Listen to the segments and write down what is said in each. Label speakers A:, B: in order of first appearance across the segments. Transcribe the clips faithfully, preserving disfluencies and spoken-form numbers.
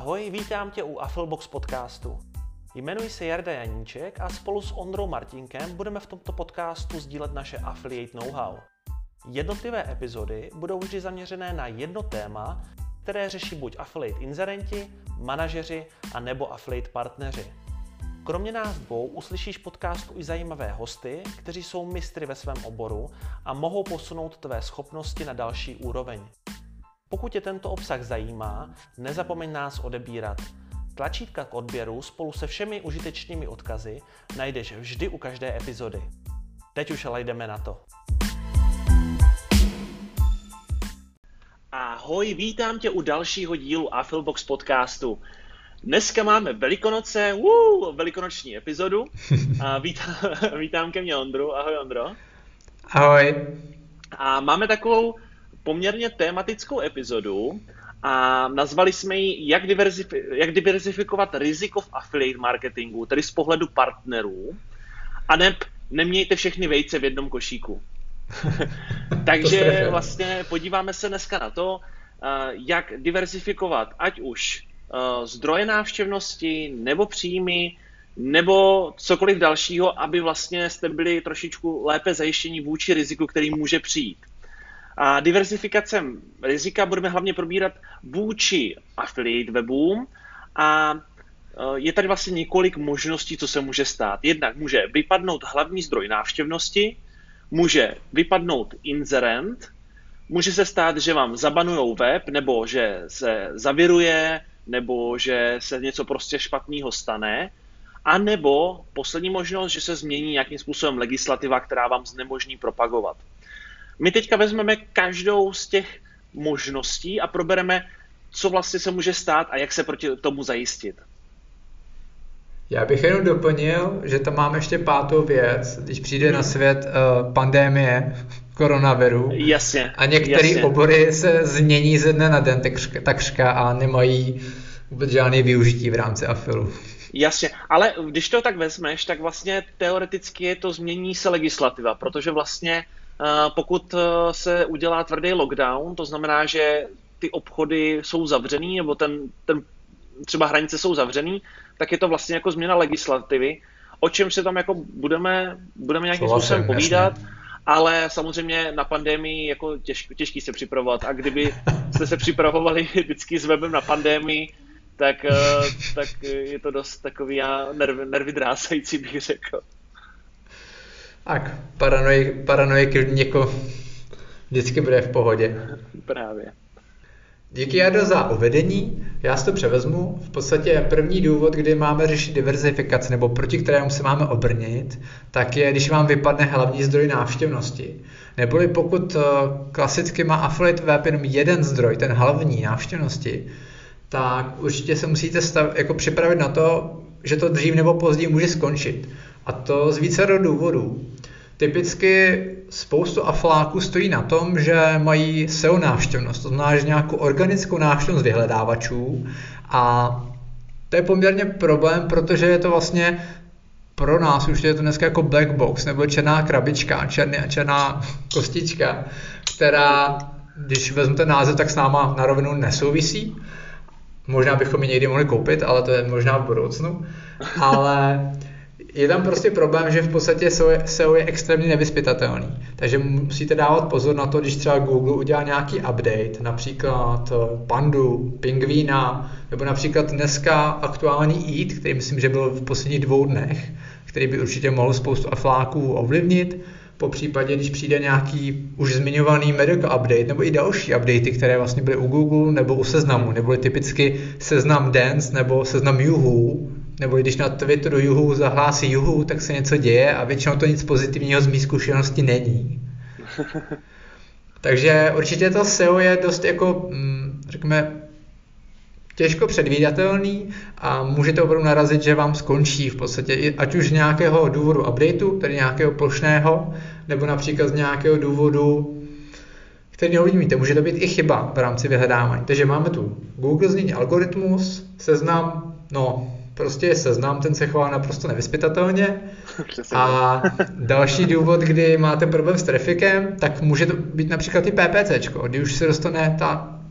A: Ahoj, vítám tě u Affilbox podcastu. Jmenuji se Jarda Janíček a spolu s Ondrou Martinkem budeme v tomto podcastu sdílet naše affiliate know-how. Jednotlivé epizody budou vždy zaměřené na jedno téma, které řeší buď affiliate inzerenti, manažeři a nebo affiliate partneři. Kromě nás dvou uslyšíš v podcastu i zajímavé hosty, kteří jsou mistry ve svém oboru a mohou posunout tvé schopnosti na další úroveň. Pokud tě tento obsah zajímá, nezapomeň nás odebírat. Tlačítka k odběru spolu se všemi užitečnými odkazy najdeš vždy u každé epizody. Teď už ale jdeme na to. Ahoj, vítám tě u dalšího dílu Affilbox podcastu. Dneska máme Velikonoce, uh, velikonoční epizodu. A vítám, vítám ke mně Ondru. Ahoj Ondro.
B: Ahoj.
A: A máme takovou poměrně tematickou epizodu a nazvali jsme ji jak, diverzifi- jak diverzifikovat riziko v affiliate marketingu, tedy z pohledu partnerů, a neb nemějte všechny vejce v jednom košíku. Takže vlastně podíváme se dneska na to, jak diverzifikovat ať už zdroje návštěvnosti, nebo příjmy, nebo cokoliv dalšího, aby vlastně jste byli trošičku lépe zajištěni vůči riziku, který může přijít. A diverzifikace rizika budeme hlavně probírat vůči affiliate webům a je tady vlastně několik možností, co se může stát. Jednak může vypadnout hlavní zdroj návštěvnosti, může vypadnout inzerent, může se stát, že vám zabanujou web, nebo že se zaviruje, nebo že se něco prostě špatného stane, a nebo poslední možnost, že se změní nějakým způsobem legislativa, která vám znemožní propagovat. My teďka vezmeme každou z těch možností a probereme, co vlastně se může stát a jak se proti tomu zajistit.
B: Já bych jenom doplnil, že tam máme ještě pátou věc, když přijde na svět uh, pandemie koronaviru.
A: Jasně,
B: a některé
A: jasně.
B: obory se změní ze dne na den takřka, takřka a nemají vůbec žádné využití v rámci affilu.
A: Jasně, ale když to tak vezmeš, tak vlastně teoreticky je to změní se legislativa, protože vlastně pokud se udělá tvrdý lockdown, to znamená, že ty obchody jsou zavřený, nebo ten, ten, třeba hranice jsou zavřený, tak je to vlastně jako změna legislativy, o čem se tam jako budeme, budeme nějakým způsobem povídat, jasně. Ale samozřejmě na pandemii jako těžký, těžký se připravovat, a kdyby jste se připravovali vždycky s webem na pandemii, tak, tak je to dost takový nerv, nervy drásající, bych řekl.
B: Tak, paranoik, paranoik jako vždycky bude v pohodě.
A: Právě.
B: Díky, Jardo, za uvedení. Já si to převezmu. V podstatě první důvod, kdy máme řešit diverzifikaci, nebo proti kterému se máme obrnit, tak je, když vám vypadne hlavní zdroj návštěvnosti. Neboli pokud klasicky má affiliate web jenom jeden zdroj, ten hlavní návštěvnosti, tak určitě se musíte stav, jako připravit na to, že to dřív nebo později může skončit. A to z více důvodů. Typicky spoustu afiláků stojí na tom, že mají S E O návštěvnost, to znamená, že nějakou organickou návštěvnost vyhledávačů, a to je poměrně problém, protože je to vlastně pro nás už je to dneska jako black box, nebo černá krabička, černý, černá kostička, která, když vezmu ten název, tak s náma na rovinu nesouvisí. Možná bychom ji někdy mohli koupit, ale to je možná v budoucnu. Ale je tam prostě problém, že v podstatě S E O je extrémně nevyzpytatelný. Takže musíte dávat pozor na to, když třeba Google udělá nějaký update, například pandu, pingvína, nebo například dneska aktuální Eat, který myslím, že byl v posledních dvou dnech, který by určitě mohl spoustu afláků ovlivnit. Po případě, když přijde nějaký už zmiňovaný medical update, nebo i další updaty, které vlastně byly u Google nebo u Seznamu, nebo typicky Seznam Dance nebo Seznam Juhu, nebo když na Twitteru Juhu zahlásí Juhu, tak se něco děje a většinou to nic pozitivního z mý zkušenosti není. Takže určitě to S E O je dost jako, řekněme, těžko předvídatelný a můžete opravdu narazit, že vám skončí v podstatě, ať už z nějakého důvodu updateu, tedy nějakého plošného, nebo například z nějakého důvodu, který neovlivníte. Může to být i chyba v rámci vyhledávání. Takže máme tu Google změní algoritmus, Seznam, no prostě Seznam, ten se chová naprosto nevyzpytatelně. A další důvod, kdy máte problém s trafikem, tak může to být například i PPCčko, kdy už se dostane ta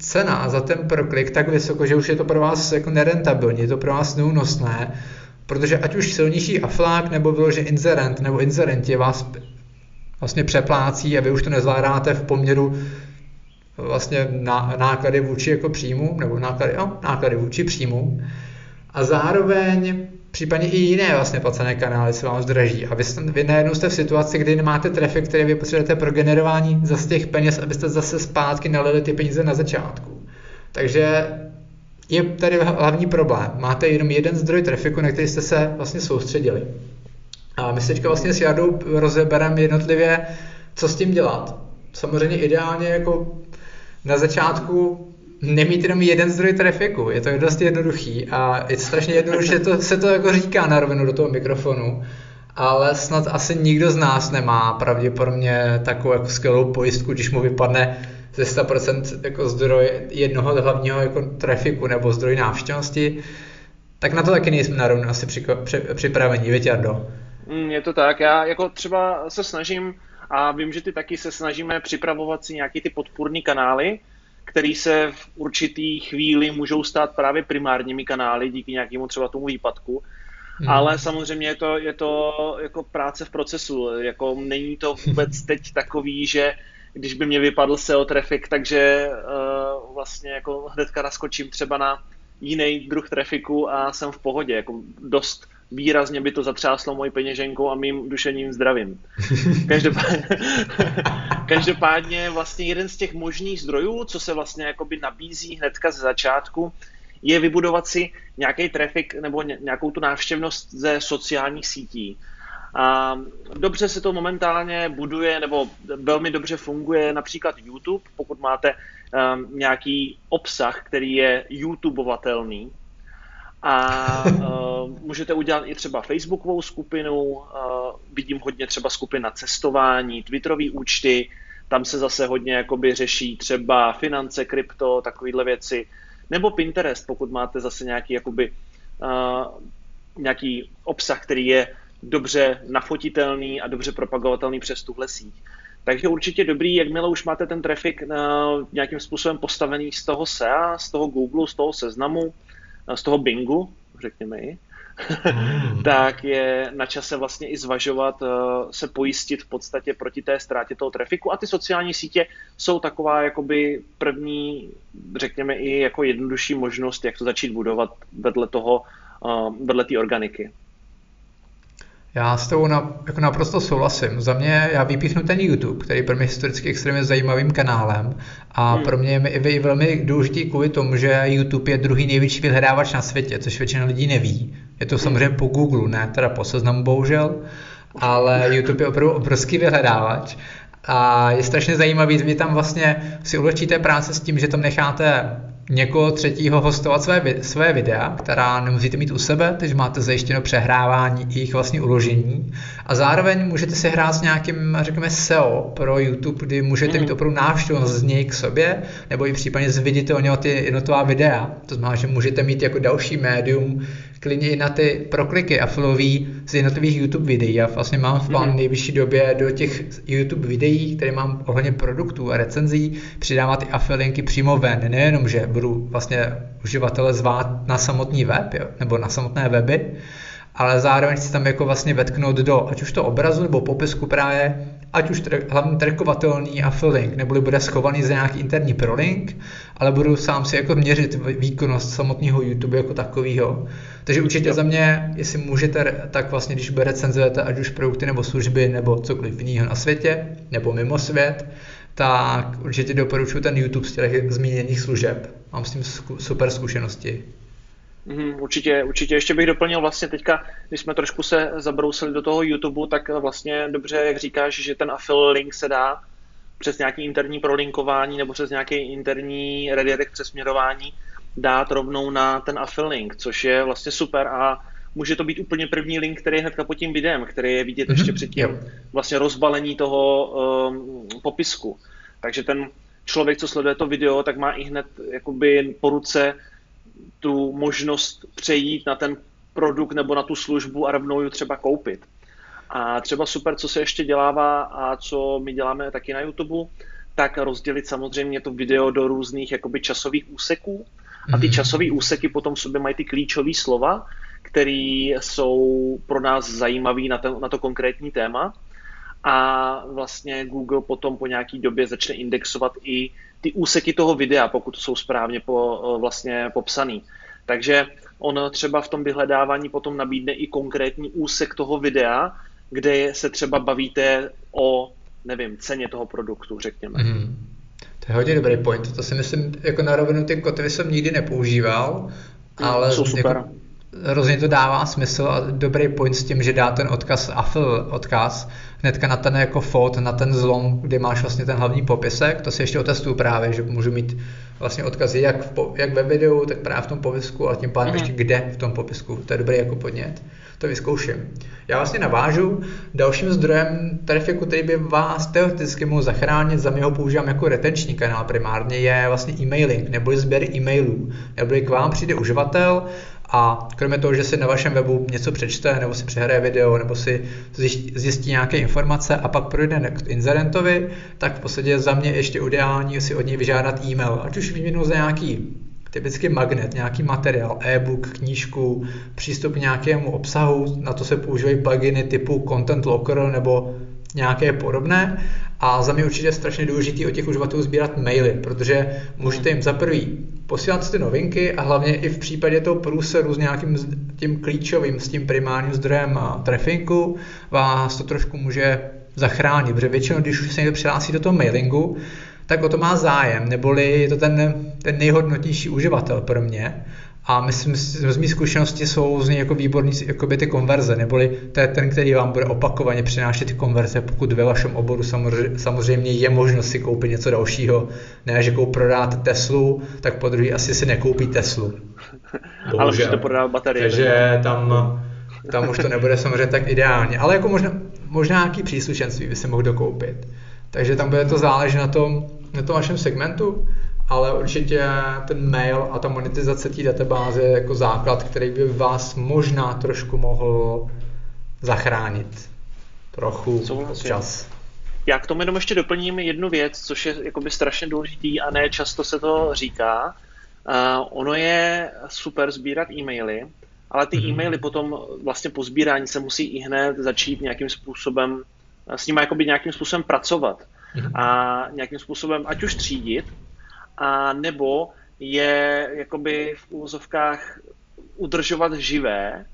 B: cena za ten proklik tak vysoko, že už je to pro vás jako nerentabilní, je to pro vás neúnosné, protože ať už silnější aflák nebo vyložený inzerent nebo inzerenti vás vlastně přeplácí a vy už to nezvládáte v poměru vlastně náklady vůči jako příjmu, nebo náklady, no, náklady vůči příjmu. A zároveň případně i jiné vlastně placené kanály se vám zdraží. A vy, vy najednou jste v situaci, kdy nemáte trafik, který vy potřebujete pro generování zase těch peněz, abyste zase zpátky nalili ty peníze na začátku. Takže je tady hlavní problém. Máte jenom jeden zdroj trafiku, na který jste se vlastně soustředili. A my se teďka vlastně s Jardou rozebereme jednotlivě, co s tím dělat. Samozřejmě ideálně jako na začátku nemít jenom jeden zdroj trafiku. Je to dost jednoduchý a je strašně jednoduše, to, se to jako říká na rovinu do toho mikrofonu, ale snad asi nikdo z nás nemá pravděpodobně takovou jako skvělou pojistku, když mu vypadne ze sto procent jako zdroj jednoho hlavního jako trafiku nebo zdroj návštěvnosti, tak na to taky nejsme na rovinu asi připravení, viď, Jardo?
A: Je to tak, já jako třeba se snažím, a vím, že ty taky se snažíme připravovat si nějaký ty podpůrný kanály, který se v určitý chvíli můžou stát právě primárními kanály díky nějakému třeba tomu výpadku. Hmm. Ale samozřejmě je to, je to jako práce v procesu. Jako není to vůbec teď takový, že když by mě vypadl S E O trafik, takže uh, vlastně jako hnedka naskočím třeba na jiný druh trafiku a jsem v pohodě. Jako dost výrazně by to zatřáslo mojí peněženkou a mým duševním zdravím. Každopádně, každopádně vlastně jeden z těch možných zdrojů, co se vlastně jakoby nabízí hnedka ze začátku, je vybudovat si nějaký trafik nebo nějakou tu návštěvnost ze sociálních sítí. A dobře se to momentálně buduje nebo velmi dobře funguje například YouTube, pokud máte um, nějaký obsah, který je YouTubeovatelný. A uh, můžete udělat i třeba facebookovou skupinu, uh, vidím hodně třeba skupin na cestování, twitterové účty, tam se zase hodně jakoby řeší třeba finance, krypto, takovéhle věci, nebo Pinterest, pokud máte zase nějaký, jakoby, uh, nějaký obsah, který je dobře nafotitelný a dobře propagovatelný přes tuhle síť. Takže určitě dobrý, jakmile už máte ten trafik uh, nějakým způsobem postavený z toho S E A, z toho Google, z toho seznamu, z toho Bingu, řekněme i, mm. tak je na čase vlastně i zvažovat, se pojistit v podstatě proti té ztrátě toho trafiku a ty sociální sítě jsou taková jakoby první, řekněme i jako jednodušší možnost, jak to začít budovat vedle toho, vedle té organiky.
B: Já s tou na, jako naprosto souhlasím. Za mě já vypíchnu ten YouTube, který pro mě historicky extrémně zajímavým kanálem a hmm. pro mě je i velmi důležitý kvůli tomu, že YouTube je druhý největší vyhledávač na světě, což většina lidí neví. Je to samozřejmě po Google, ne teda po seznamu bohužel, ale YouTube je opravdu obrovský vyhledávač. A je strašně zajímavý, vy tam vlastně si ulehčíte práce s tím, že tam necháte někoho třetího hostovat své, své videa, která nemusíte mít u sebe, takže máte zajištěno přehrávání i jejich vlastní uložení. A zároveň můžete si hrát s nějakým, řekněme, S E O pro YouTube, kdy můžete mít opravdu návštěvnost z něj k sobě, nebo i případně zviditelňovat ty jednotlivá videa. To znamená, že můžete mít jako další médium klidně i na ty prokliky afilový z jednotlivých YouTube videí. Já vlastně mám v plánu nejbližší době do těch YouTube videí, které mám ohledně produktů a recenzí, přidávat i afilinky přímo ven. Nejenom, že budu vlastně uživatele zvát na samotný web, jo, nebo na samotné weby, ale zároveň si tam jako vlastně vetknout do ať už to obrazu nebo popisku právě, ať už tra- hlavně trackovatelný affiliate, neboli bude schovaný za nějaký interní prolink, ale budu sám si jako měřit výkonnost samotného YouTube jako takového. Takže určitě za mě, jestli můžete, tak vlastně když recenzujete ať už produkty nebo služby nebo cokoliv jiného na světě nebo mimo svět, tak určitě doporučuji ten YouTube z těch zmíněných služeb. Mám s tím super zkušenosti.
A: Mm, určitě, určitě. Ještě bych doplnil vlastně teďka, když jsme trošku se zabrousili do toho YouTube, tak vlastně dobře, jak říkáš, že ten affiliate link se dá přes nějaký interní prolinkování nebo přes nějaký interní redirect přesměrování dát rovnou na ten affiliate link, což je vlastně super a může to být úplně první link, který je hnedka pod tím videem, který je vidět mm-hmm. ještě předtím vlastně rozbalení toho um, popisku. Takže ten člověk, co sleduje to video, tak má i hned jakoby po ruce tu možnost přejít na ten produkt nebo na tu službu a rovnou ji třeba koupit. A třeba super, co se ještě dělává a co my děláme taky na YouTube, tak rozdělit samozřejmě to video do různých jakoby časových úseků a ty časové úseky potom v sobě mají ty klíčové slova, které jsou pro nás zajímavé na to, na to konkrétní téma a vlastně Google potom po nějaký době začne indexovat i ty úseky toho videa, pokud jsou správně po, vlastně popsaný. Takže on třeba v tom vyhledávání potom nabídne i konkrétní úsek toho videa, kde se třeba bavíte o, nevím, ceně toho produktu, řekněme.
B: Mm. To je hodně dobrý point. To si myslím, jako na rovinu ty kotvy jsem nikdy nepoužíval, ale
A: jsou super.
B: Jako, hrozně to dává smysl a dobrý point s tím, že dá ten odkaz, affiliate odkaz, hnedka na ten jako fot, na ten zlom, kde máš vlastně ten hlavní popisek, to si ještě otestuju právě, že můžu mít vlastně odkazy jak, v po, jak ve videu, tak právě v tom popisku a tím pádem mm. ještě kde v tom popisku. To je dobrý jako podnět. To vyzkouším. Já vlastně navážu. Dalším zdrojem trafiku, který by vás teoreticky mohl zachránit, za mě ho používám jako retenční kanál primárně, je vlastně e-mailing, neboli sběr e-mailů. Neboli k vám přijde uživatel a kromě toho, že si na vašem webu něco přečte, nebo si přehraje video, nebo si zjistí nějaké informace a pak projde k inzerentovi, tak v podstatě za mě ještě ideální si od něj vyžádat e-mail, ať už výměnu za nějaký typicky magnet, nějaký materiál, e-book, knížku, přístup k nějakému obsahu, na to se používají pluginy typu Content Locker nebo nějaké podobné a za mě určitě je strašně důležitý od těch uživatelů sbírat maily, protože můžete jim za prvý posílat ty novinky a hlavně i v případě toho průseru s nějakým tím klíčovým, s tím primárním zdrojem trafiku vás to trošku může zachránit, protože většinou, když už se někdo přihlásí do toho mailingu, tak o to má zájem, neboli je to ten, ten nejhodnotnější uživatel pro mě. A myslím, z mých zkušenosti jsou z něj jako výborný jakoby ty konverze, neboli to je ten, který vám bude opakovaně přinášet ty konverze, pokud ve vašem oboru samozřejmě, samozřejmě je možnost si koupit něco dalšího. Ne, že kou prodáte Teslu, tak po druhý asi si nekoupí Teslu.
A: Bohužel. Ale už to prodá baterie.
B: Takže tam, tam už to nebude samozřejmě tak ideálně. Ale jako možná, možná nějaký příslušenství by se mohl dokoupit. Takže tam bude to záležet na tom, na tom vašem segmentu, ale určitě ten mail a ta monetizace té databáze je jako základ, který by vás možná trošku mohl zachránit. Trochu občas.
A: Já k tomu jenom ještě doplním jednu věc, což je jakoby strašně důležitý a ne často se to říká. Uh, ono je super sbírat e-maily, ale ty mm-hmm. e-maily potom vlastně po sbírání se musí i hned začít nějakým způsobem s nimi jakoby nějakým způsobem pracovat a nějakým způsobem ať už třídit, a nebo je jakoby v úvozovkách udržovat živé.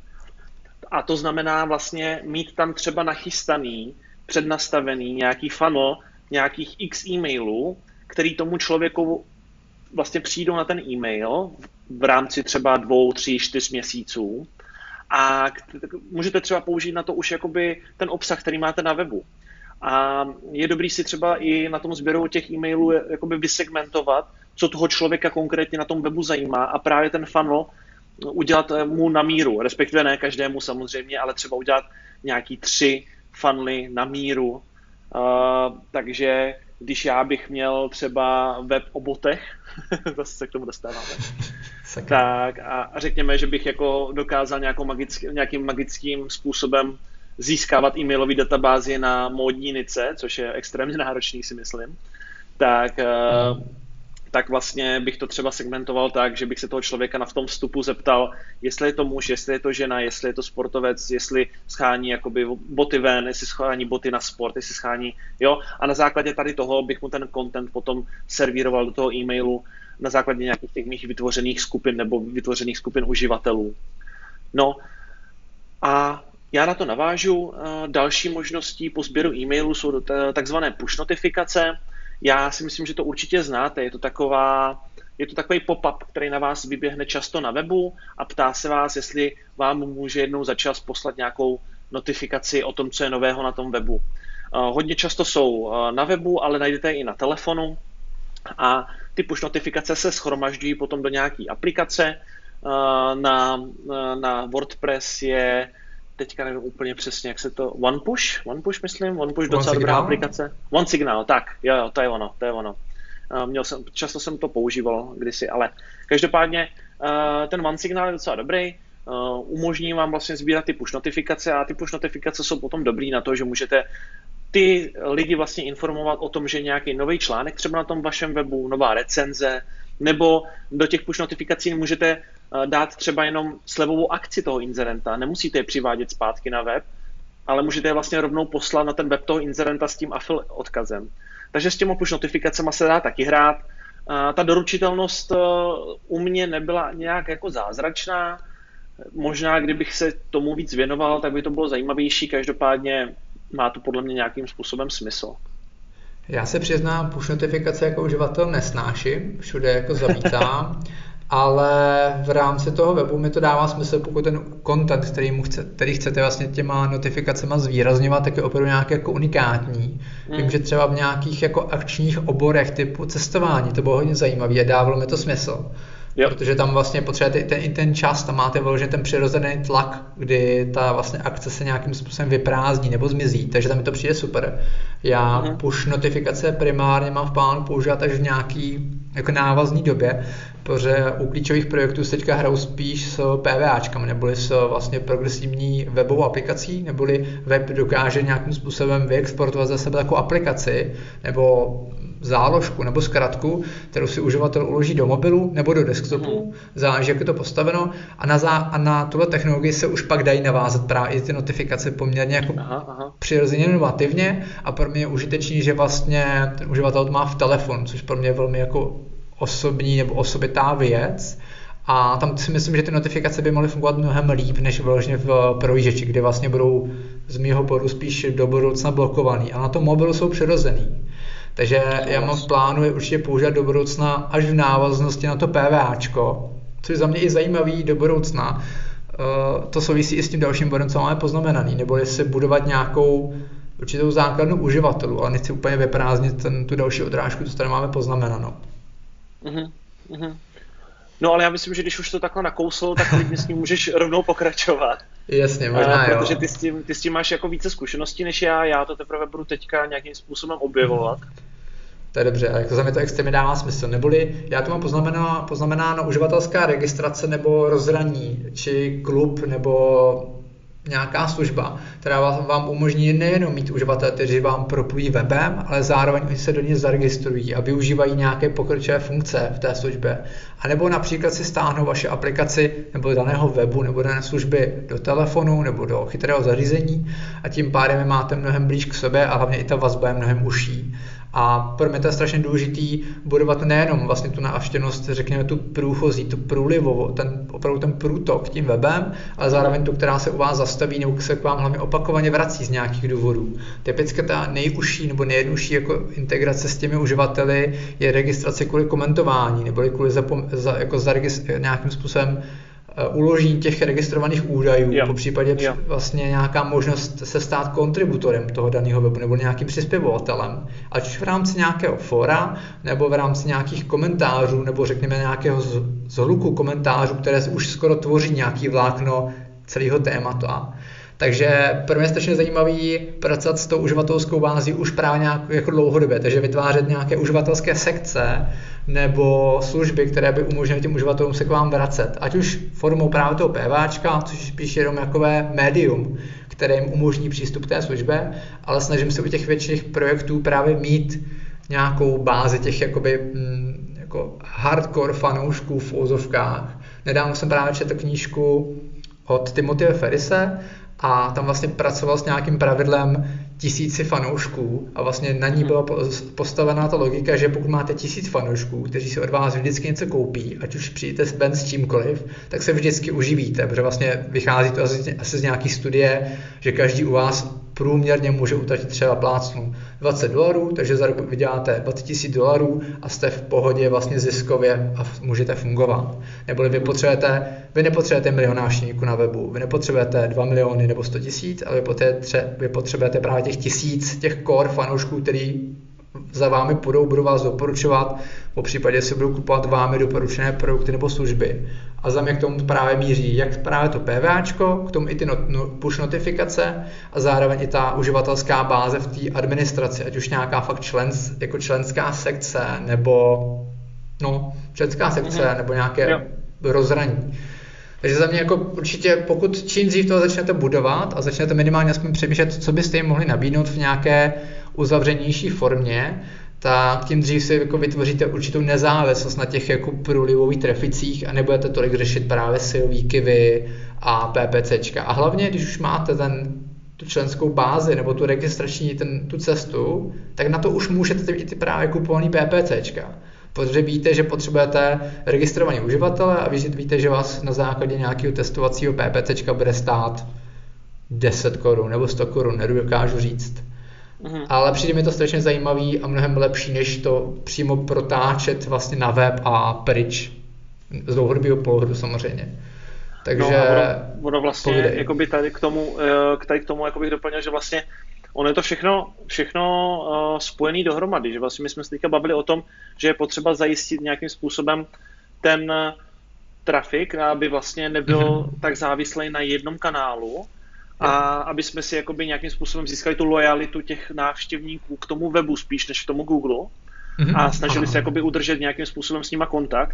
A: A to znamená vlastně mít tam třeba nachystaný, přednastavený nějaký funnel nějakých x e-mailů, který tomu člověku vlastně přijdou na ten e-mail v rámci třeba dvou, tří, čtyř měsíců. A můžete třeba použít na to už jakoby ten obsah, který máte na webu. A je dobrý si třeba i na tom sběru těch e-mailů jakoby vysegmentovat, co toho člověka konkrétně na tom webu zajímá a právě ten funnel udělat mu na míru, respektive ne každému samozřejmě, ale třeba udělat nějaký tři funnely na míru. Uh, takže když já bych měl třeba web o botech, zase se k tomu dostáváme, tak a, a řekněme, že bych jako dokázal nějakou magický, nějakým magickým způsobem získávat e-mailové databázi na módní nice, což je extrémně náročný, si myslím, tak, mm. tak vlastně bych to třeba segmentoval tak, že bych se toho člověka na v tom vstupu zeptal, jestli je to muž, jestli je to žena, jestli je to sportovec, jestli schání jakoby boty ven, jestli schání boty na sport, jestli schání, jo, a na základě tady toho bych mu ten content potom servíroval do toho e-mailu na základě nějakých těch mých vytvořených skupin nebo vytvořených skupin uživatelů. No a já na to navážu. Další možností po sběru e-mailů jsou takzvané push notifikace. Já si myslím, že to určitě znáte. Je to, taková, je to takový pop-up, který na vás vyběhne často na webu a ptá se vás, jestli vám může jednou za čas poslat nějakou notifikaci o tom, co je nového na tom webu. Hodně často jsou na webu, ale najdete je i na telefonu. A ty push notifikace se shromažďují potom do nějaké aplikace. Na, na WordPress je teďka nevím úplně přesně, jak se to... OnePush? OnePush, myslím? OnePush docela dobrá aplikace. OneSignal, tak, jo, jo, to je ono, to je ono. Měl jsem, často jsem to používal kdysi, ale každopádně ten OneSignal je docela dobrý, umožní vám vlastně sbírat ty push notifikace a ty push notifikace jsou potom dobrý na to, že můžete ty lidi vlastně informovat o tom, že nějaký nový článek třeba na tom vašem webu, nová recenze, nebo do těch push notifikací můžete dát třeba jenom slevovou akci toho inzerenta. Nemusíte je přivádět zpátky na web, ale můžete je vlastně rovnou poslat na ten web toho inzerenta s tím affiliate odkazem. Takže s těmi push notifikacemi se dá taky hrát. Ta doručitelnost u mě nebyla nějak jako zázračná. Možná, kdybych se tomu víc věnoval, tak by to bylo zajímavější. Každopádně má to podle mě nějakým způsobem smysl.
B: Já se přiznám, push notifikace jako uživatel nesnáším, všude jako zamítám, ale v rámci toho webu mi to dává smysl, pokud ten content, který, mu chce, který chcete vlastně těma notifikacema zvýrazňovat, tak je opravdu nějaký jako unikátní. Hmm. Vím, že třeba v nějakých jako akčních oborech typu cestování to bylo hodně zajímavé a dávalo mi to smysl. Jo. Protože tam vlastně potřebujete ten, ten čas, tam máte vyložený ten přirozený tlak, kdy ta vlastně akce se nějakým způsobem vyprázdní nebo zmizí, takže tam mi to přijde super. Já uh-huh. push notifikace primárně mám v plánu používat až v nějaký jako návazný době, protože u klíčových projektů se teďka hrajou spíš s PVAčkami, neboli s vlastně progresivní webovou aplikací, neboli web dokáže nějakým způsobem vyexportovat za sebe takovou aplikaci, nebo záložku nebo zkratku, kterou si uživatel uloží do mobilu nebo do desktopu, mm. záleží, jak je to postaveno, a na, zá, a na tuhle technologii se už pak dají navázat právě i ty notifikace poměrně jako aha, aha. přirozeně inovativně, a pro mě je užitečný, že vlastně ten uživatel to má v telefonu, což pro mě je velmi jako osobní nebo osobitá věc. A tam si myslím, že ty notifikace by mohly fungovat mnohem líp, než vyloženě v prohlížeči, kde vlastně budou z mýho pohledu spíš do budoucna blokovaný. A na tom mobilu jsou přirozený. Takže já mám v plánu je určitě používat do budoucna až v návaznosti na to PVAčko, což za mě i zajímavý do budoucna. To souvisí i s tím dalším bodem, co máme poznamenaný, nebo jestli budovat nějakou určitou základnu uživatelů, ale nechci úplně vyprázdnit ten, tu další odrážku, co tady máme poznamenanou.
A: Mm-hmm. Mm-hmm. No ale já myslím, že když už to takhle nakousl, tak klidně s ním můžeš rovnou pokračovat.
B: Jasně, možná
A: uh,
B: jo.
A: Protože ty s, tím, ty s tím máš jako více zkušeností než já, já to teprve budu teďka nějakým způsobem objevovat.
B: To je dobře, jako za mě to extrémně dává smysl. Neboli já tu mám poznamenáno, poznamenáno uživatelská registrace nebo rozhraní, či klub nebo nějaká služba, která vám umožní nejenom mít uživatele, kteří vám proplují webem, ale zároveň se do něj zaregistrují a využívají nějaké pokročilé funkce v té službě. A nebo například si stáhnou vaše aplikaci nebo daného webu nebo dané služby do telefonu nebo do chytrého zařízení, a tím pádem je máte mnohem blíž k sobě a hlavně i ta vazba je mnohem užší. A pro mě to je strašně důležitý budovat nejenom vlastně tu návštěvnost, řekněme tu průchozí, tu průlivovou, ten, opravdu ten průtok tím webem, ale zároveň tu, která se u vás zastaví nebo se k vám hlavně opakovaně vrací z nějakých důvodů. Typicky ta nejužší nebo nejjednodušší jako integrace s těmi uživateli je registrace kvůli komentování nebo kvůli zapom- za, jako zaregistr- nějakým způsobem uložení těch registrovaných údajů, po případě jo. vlastně nějaká možnost se stát kontributorem toho daného webu nebo nějakým přispěvovatelem. Ať už v rámci nějakého fora, nebo v rámci nějakých komentářů, nebo řekněme nějakého zhluku komentářů, které už skoro tvoří nějaký vlákno celého tématu. Takže pro mě je strašně zajímavý pracovat s tou uživatelskou bází už právě nějak jako dlouhodobě, takže vytvářet nějaké uživatelské sekce nebo služby, které by umožnily těm uživatelům se k vám vracet. Ať už formou právě toho PVAčka, což je spíš jenom jakové médium, které jim umožní přístup k té službě, ale snažím se u těch větších projektů právě mít nějakou bázi těch jakoby, hm, jako hardcore fanoušků v ozovkách. Nedávno jsem právě četl knížku od Timothyho Ferrise, a tam vlastně pracoval s nějakým pravidlem tisíci fanoušků a vlastně na ní byla postavená ta logika, že pokud máte tisíc fanoušků, kteří si od vás vždycky něco koupí, ať už přijdete ven s čímkoliv, tak se vždycky uživíte, protože vlastně vychází to asi, asi z nějaký studie, že každý u vás průměrně může utratit třeba plácnu dvacet dolarů, takže za rok vyděláte dvacet tisíc dolarů a jste v pohodě vlastně ziskově a můžete fungovat. Neboli vy potřebujete, vy nepotřebujete milion návštěvníků na webu, vy nepotřebujete dva miliony nebo sto tisíc, ale vy potřebujete, vy potřebujete právě těch tisíc, těch core fanoušků, který za vámi půjdou, budou vás doporučovat, po případě si budou kupovat vámi doporučené produkty nebo služby. A za mě k tomu právě míří jak právě to PVAčko, k tomu i ty not, no, push notifikace a zároveň i ta uživatelská báze v té administraci, ať už nějaká fakt člens, jako členská sekce nebo no, členská sekce mm-hmm. nebo nějaké jo. rozhraní. Takže za mě jako určitě, pokud čím dřív toho začnete budovat a začnete minimálně aspoň přemýšlet, co byste jim mohli nabídnout v nějaké uzavřenější formě, tak tím dřív si jako vytvoříte určitou nezávislost na těch jako průlivových traficích a nebudete tolik řešit právě S E O výkyvy a PPCčka. A hlavně, když už máte ten, tu členskou bázi nebo tu registrační ten, tu cestu, tak na to už můžete i ty právě kupovaný PPCčka. Protože víte, že potřebujete registrovaný uživatele a víte, že vás na základě nějakého testovacího PPCčka bude stát deset korun nebo sto korun, nedokážu říct. Mm-hmm. Ale přijde mi to strašně zajímavý a mnohem lepší, než to přímo protáčet vlastně na web a pryč z dlouhodobého pohledu samozřejmě. Takže
A: no ono, ono vlastně jakoby tady k tomu, tady k tomu bych doplnil, že vlastně ono je to všechno, všechno uh, spojené dohromady, že vlastně my jsme se teďka bavili o tom, že je potřeba zajistit nějakým způsobem ten trafik, aby vlastně nebyl mm-hmm. tak závislý na jednom kanálu a aby jsme si jakoby nějakým způsobem získali tu lojalitu těch návštěvníků k tomu webu spíš než k tomu Google mm-hmm. a snažili se jakoby udržet nějakým způsobem s nima kontakt.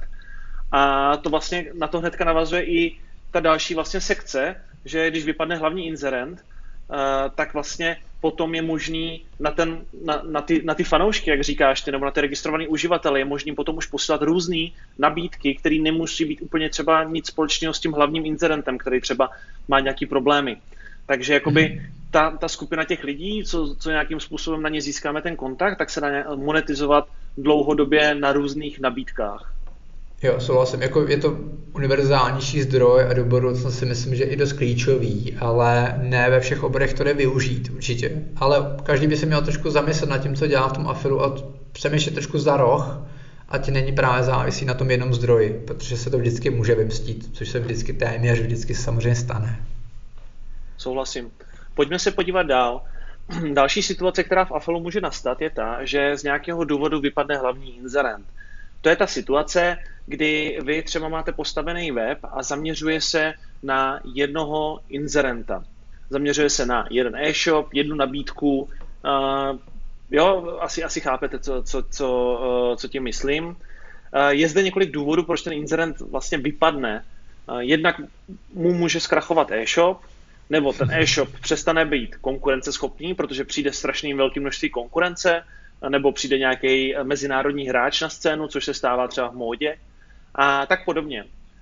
A: A to vlastně na to hnedka navazuje i ta další vlastně sekce, že když vypadne hlavní inzerent, uh, tak vlastně potom je možný na, ten, na, na, ty, na ty fanoušky, jak říkáš ty, nebo na ty registrované uživatele, je možný potom už posílat různé nabídky, které nemusí být úplně třeba nic společného s tím hlavním inzerentem, který třeba má nějaký problémy. Takže jakoby ta, ta skupina těch lidí, co, co nějakým způsobem na ně získáme ten kontakt, tak se dá monetizovat dlouhodobě na různých nabídkách.
B: Jo, souhlasím. Jako je to univerzálnější zdroj a do budoucna si myslím, že i dost klíčový, ale ne ve všech oborech to jde využít určitě. Ale každý by se měl trošku zamyslet nad tím, co dělá v tom afilu a přemýšlet trošku za roh, ať není právě závisí na tom jednom zdroji, protože se to vždycky může vymstít, což se vždycky téměř vždycky samozřejmě stane.
A: Souhlasím. Pojďme se podívat dál. Další situace, která v afilu může nastat, je ta, že z nějakého důvodu vypadne hlavní inzerent. To je ta situace, kdy vy třeba máte postavený web a zaměřuje se na jednoho inzerenta. Zaměřuje se na jeden e-shop, jednu nabídku. Uh, jo, asi, asi chápete, co, co, co, uh, co tím myslím. Uh, je zde několik důvodů, proč ten inzerent vlastně vypadne. Uh, jednak mu může zkrachovat e-shop, nebo ten e-shop přestane být konkurenceschopný, protože přijde strašným velkým množství konkurence, nebo přijde nějaký mezinárodní hráč na scénu, což se stává třeba v módě a tak podobně.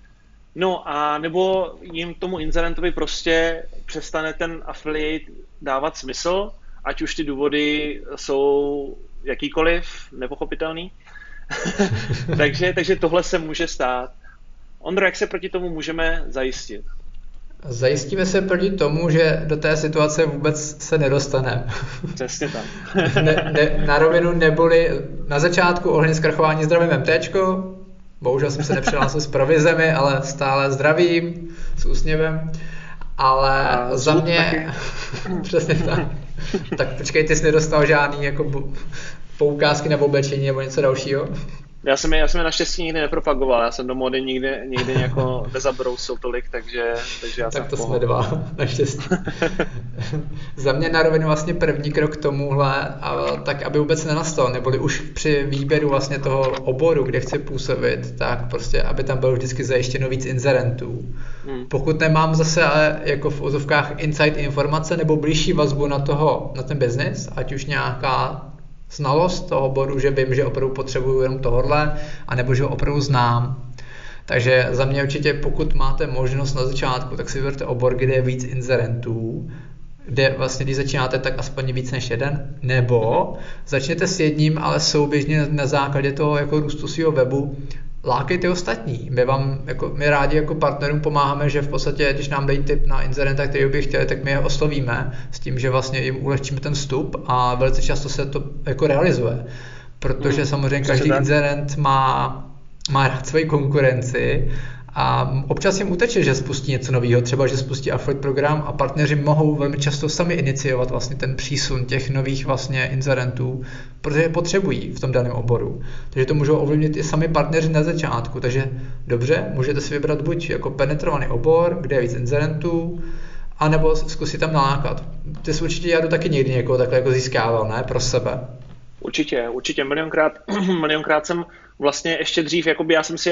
A: No a nebo jim tomu inzerentovi prostě přestane ten affiliate dávat smysl, ať už ty důvody jsou jakýkoliv, nepochopitelný. takže, takže tohle se může stát. Ondro, jak se proti tomu můžeme zajistit?
B: Zajistíme se proti tomu, že do té situace vůbec se nedostaneme.
A: Přesně tak.
B: ne, ne, na rovinu neboli na začátku ohledně zkrachování zdravím MTčko, bohužel jsem se nepřihlásil s provizemi, ale stále zdravím, s úsměvem, ale a za mě, přesně tak, tak počkej, ty jsi nedostal žádný jako poukázky na oblečení nebo něco dalšího?
A: Já jsem je, já jsem je naštěstí nikdy nepropagoval, já jsem do módy nikdy, nikdy jako nezabrousil tolik, takže, takže já
B: tak
A: jsem
B: to jsme dva, naštěstí. Za mě na rovinu vlastně první krok k tomuhle, a tak aby vůbec nenastal, neboli už při výběru vlastně toho oboru, kde chci působit, tak prostě, aby tam bylo vždycky zajištěno víc inzerentů. Hmm. Pokud nemám zase ale jako v ozovkách inside informace nebo blížší vazbu na toho, na ten biznis, ať už nějaká znalost toho oboru, že vím, že opravdu potřebuju jenom tohodle, anebo že ho opravdu znám. Takže za mě určitě, pokud máte možnost na začátku, tak si vyberte obor, kde je víc inzerentů, kde vlastně, když začínáte, tak aspoň víc než jeden, nebo začněte s jedním, ale souběžně na základě toho jako růstu svého webu lákejte ostatní. My vám, jako, my rádi jako partnerům pomáháme, že v podstatě, když nám dají tip na inzerenta, který by chtěli, tak my je oslovíme s tím, že vlastně jim ulehčíme ten vstup a velice často se to jako realizuje. Protože mm, samozřejmě každý inzerent má, má rád svoji konkurenci a občas jim uteče, že spustí něco nového, třeba že spustí affiliate program a partneři mohou velmi často sami iniciovat vlastně ten přísun těch nových vlastně inzerentů, protože je potřebují v tom daném oboru. Takže to můžou ovlivnit i sami partneři na začátku. Takže dobře, můžete si vybrat buď jako penetrovaný obor, kde je víc inzerentů, anebo zkusit tam nalákat. Ty jsi určitě Jadu taky někdy někoho takhle jako získával, ne? Pro sebe.
A: Určitě, určitě. Milionkrát, milionkrát jsem vlastně ještě dřív, jakoby já jsem si je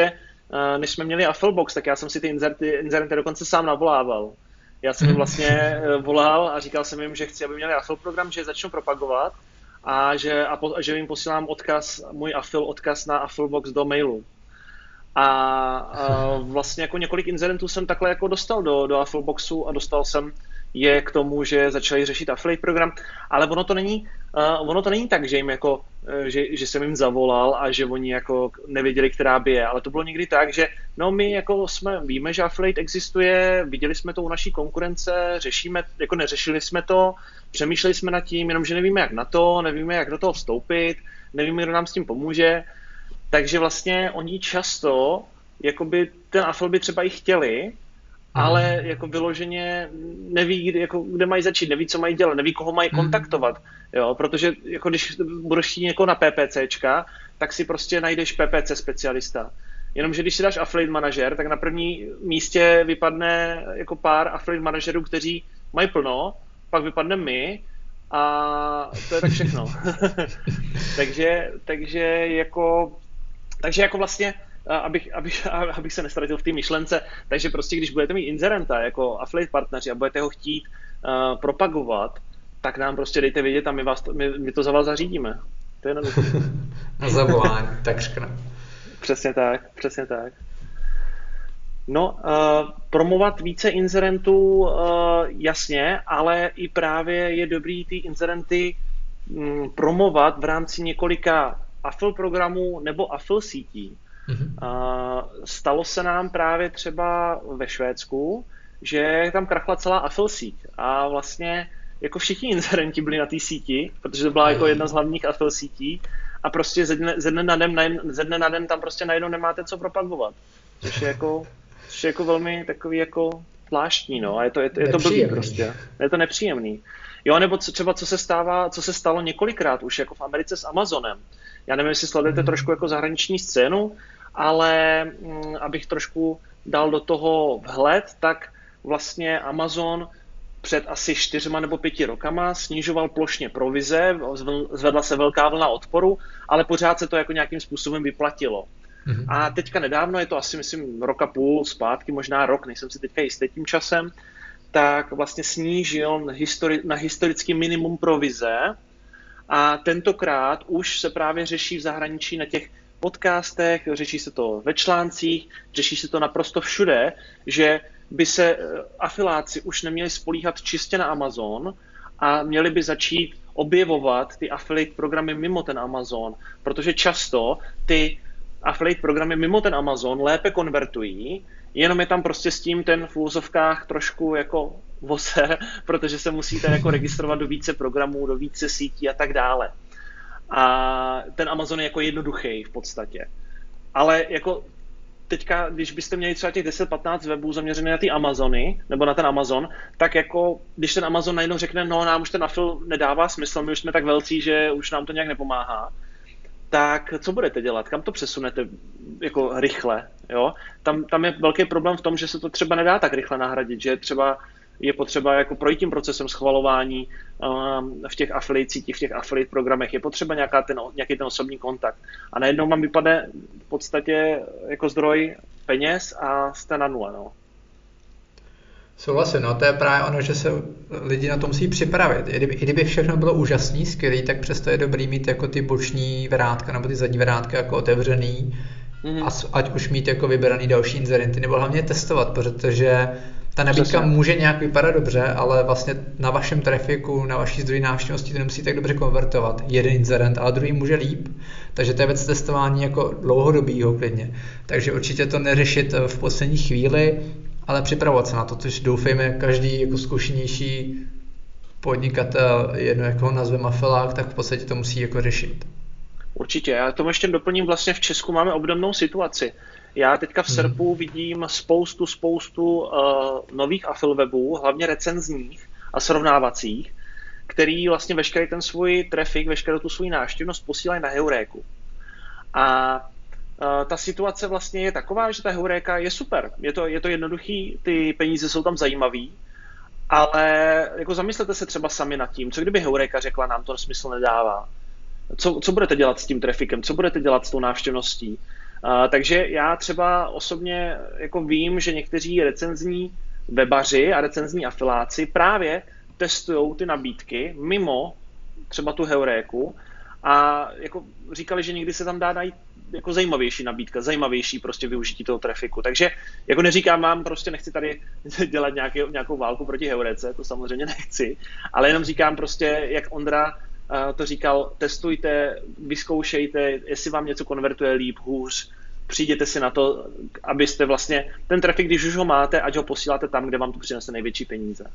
A: než jsme měli Affilbox, tak já jsem si ty inzerenty, inzerenty dokonce sám navolával. Já jsem jim vlastně volal a říkal jsem jim, že chci, aby měli Affil program, že začnu propagovat a že, a po, že jim posílám odkaz, můj Affil odkaz na Affilbox do mailu. A, a vlastně jako několik inzerentů jsem takhle jako dostal do, do Affilboxu a dostal jsem je k tomu, že začali řešit affiliate program, ale ono to není, uh, ono to není tak, že jim jako, uh, že, že jsem jim zavolal a že oni jako nevěděli, která by je, ale to bylo někdy tak, že no my jako jsme, víme, že affiliate existuje, viděli jsme to u naší konkurence, řešíme, jako neřešili jsme to, přemýšleli jsme nad tím, jenomže nevíme, jak na to, nevíme, jak do toho vstoupit, nevíme, kdo nám s tím pomůže, takže vlastně oni často, jakoby ten affil by třeba i chtěli, ale jako vyloženě neví, kde, jako, kde mají začít, neví, co mají dělat, neví, koho mají kontaktovat, jo, protože jako když budeš chtít někoho na PPCčka, tak si prostě najdeš P P C specialista. Jenomže když si dáš affiliate manažer, tak na první místě vypadne jako pár affiliate manažerů, kteří mají plno, pak vypadne my a to je tak všechno. takže, takže jako, takže jako vlastně Abych, abych, abych se nestratil v té myšlence, takže prostě když budete mít inzerenta jako affiliate partneři a budete ho chtít uh, propagovat, tak nám prostě dejte vědět a my, vás, my, my to za vás zařídíme. To je jednoduché.
B: Na zavolání, tak škna.
A: Přesně tak, přesně tak. No, uh, promovat více inzerentů, uh, jasně, ale i právě je dobrý ty inzerenty um, promovat v rámci několika affil programů nebo affil sítí. Uh, stalo se nám právě třeba ve Švédsku, že tam krachla celá affil síť a vlastně jako všichni inzerenti byli na té síti, protože to byla jako jedna z hlavních affil sítí a prostě ze dne, ze dne na den, ze dne na den tam prostě najednou nemáte co propagovat, což je jako, což je jako velmi takový jako zvláštní, no, a je to, je, je to blbý prostě, je to nepříjemný. Jo, nebo co, třeba co se stává, co se stalo několikrát už jako v Americe s Amazonem. Já nevím, jestli sledujete hmm. trošku jako zahraniční scénu, ale m, abych trošku dal do toho vhled, tak vlastně Amazon před asi čtyřma nebo pěti rokama snižoval plošně provize, zvedla se velká vlna odporu, ale pořád se to jako nějakým způsobem vyplatilo. Hmm. A teďka nedávno, je to asi myslím rok a půl zpátky, možná rok, nejsem si teďka jistý tím časem, tak vlastně snížil na, histori- na historický minimum provize a tentokrát už se právě řeší v zahraničí na těch podcastech, řeší se to ve článcích, řeší se to naprosto všude, že by se afiláci už neměli spolíhat čistě na Amazon a měli by začít objevovat ty affiliate programy mimo ten Amazon, protože často ty affiliate programy mimo ten Amazon lépe konvertují, jenom je tam prostě s tím ten v úvozovkách trošku jako voser, protože se musíte jako registrovat do více programů, do více sítí a tak dále. A ten Amazon je jako jednoduchý v podstatě. Ale jako teďka, když byste měli třeba těch deset patnáct webů zaměřené na ty Amazony, nebo na ten Amazon, tak jako když ten Amazon najednou řekne, no nám už ten affil nedává smysl, my už jsme tak velcí, že už nám to nějak nepomáhá, tak co budete dělat? Kam to přesunete jako rychle? Jo? Tam, tam je velký problém v tom, že se to třeba nedá tak rychle nahradit, že třeba je potřeba jako projít tím procesem schvalování um, v těch affiliate sítích, v těch affiliate programech, je potřeba nějaká ten, nějaký ten osobní kontakt. A najednou vám vypadne v podstatě jako zdroj peněz a jste na nule. No.
B: Souhlasím, no to je právě ono, že se lidi na to musí připravit. I kdyby, i kdyby všechno bylo úžasný, skvělý, tak přesto je dobrý mít jako ty boční vrátka nebo ty zadní vrátka jako otevřený, mm-hmm. a ať už mít jako vybraný další inzerenty, nebo hlavně testovat, protože ta nabídka Přesně. může nějak vypadat dobře, ale vlastně na vašem trafiku, na vaší zdroji návštěvnosti to nemusí tak dobře konvertovat. Jeden inzerent, ale druhý může líp. Takže to je věc testování jako dlouhodobýho klidně. Takže určitě to neřešit v poslední chvíli, ale připravovat se na to, což doufejme každý jako zkušenější podnikatel, jedno jako ho nazveme afilák, tak v podstatě to musí jako řešit.
A: Určitě, já tomu ještě doplním, vlastně v Česku máme obdobnou situaci. Já teďka v Serpu hmm. vidím spoustu, spoustu uh, nových affil webů, hlavně recenzních a srovnávacích, který vlastně veškerý ten svůj trafik, veškerou tu svou návštěvnost posílají na Heuréku. A uh, ta situace vlastně je taková, že ta Heuréka je super. Je to, je to jednoduchý, ty peníze jsou tam zajímavý, ale jako zamyslete se třeba sami nad tím, co kdyby Heuréka řekla, nám to smysl nedává. Co, co budete dělat s tím trafikem, co budete dělat s tou návštěvností? takže já třeba osobně jako vím, že někteří recenzní webaři a recenzní afiláci právě testují ty nabídky mimo třeba tu Heuréku a jako říkali, že někdy se tam dá najít jako zajímavější nabídka, zajímavější prostě využití toho trafiku. Takže jako neříkám vám, prostě nechci tady dělat nějaký, nějakou válku proti Heuréce, to samozřejmě nechci, ale jenom říkám prostě, jak Ondra to říkal, testujte, vyzkoušejte, jestli vám něco konvertuje líp, hůř, přijděte si na to, abyste vlastně ten trafik, když už ho máte, ať ho posíláte tam, kde vám to přinese největší peníze.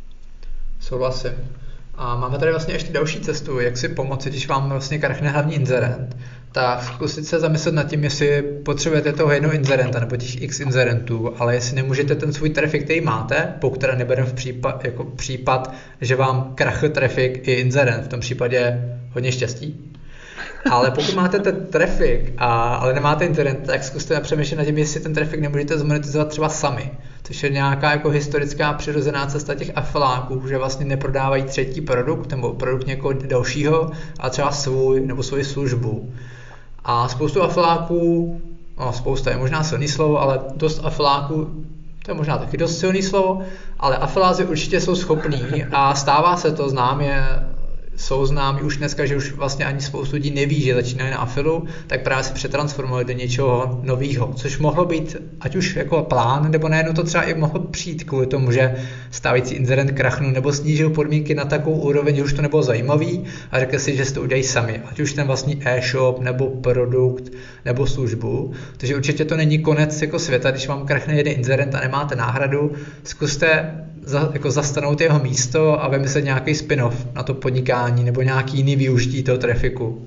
B: Souhlasím. A máme tady vlastně ještě další cestu, jak si pomoci, když vám vlastně krachne hlavní inzerent. Tak zkusit se zamyslet nad tím, jestli potřebujete toho jednoho inzerenta nebo těch x inzerentů, ale jestli nemůžete ten svůj trafik, který máte, pokud teda nebereme v případ, jako případ, že vám krachl trafik i inzerent, v tom případě hodně štěstí. Ale pokud máte ten trafik, a, ale nemáte internet, tak zkuste přemýšlet nad tím, jestli ten trafik nemůžete zmonetizovat třeba sami. Což je nějaká jako historická přirozená cesta těch afiláků, že vlastně neprodávají třetí produkt nebo produkt někoho dalšího, ale třeba svůj nebo svoji službu. A spoustu afiláků, no spousta je možná silný slovo, ale dost afiláků, to je možná taky dost silný slovo, ale afiláci určitě jsou schopní a stává se to, znám je, jsou známí už dneska, že už vlastně ani spoustu lidí neví, že začínají na afilu, tak právě se přetransformovali do něčeho nového, což mohlo být ať už jako plán, nebo najednou to třeba i mohlo přijít kvůli tomu, že stávající inzerent krachnul nebo snížil podmínky na takovou úroveň, že už to nebylo zajímavý a řekl si, že si to udělají sami, ať už ten vlastní e-shop, nebo produkt, nebo službu. Takže určitě to není konec jako světa, když vám krachne jeden inzerent a nemáte náhradu, zkuste za, jako zastanout jeho místo a vymyslet nějaký spin-off na to podnikání nebo nějaký jiný využití toho trafiku.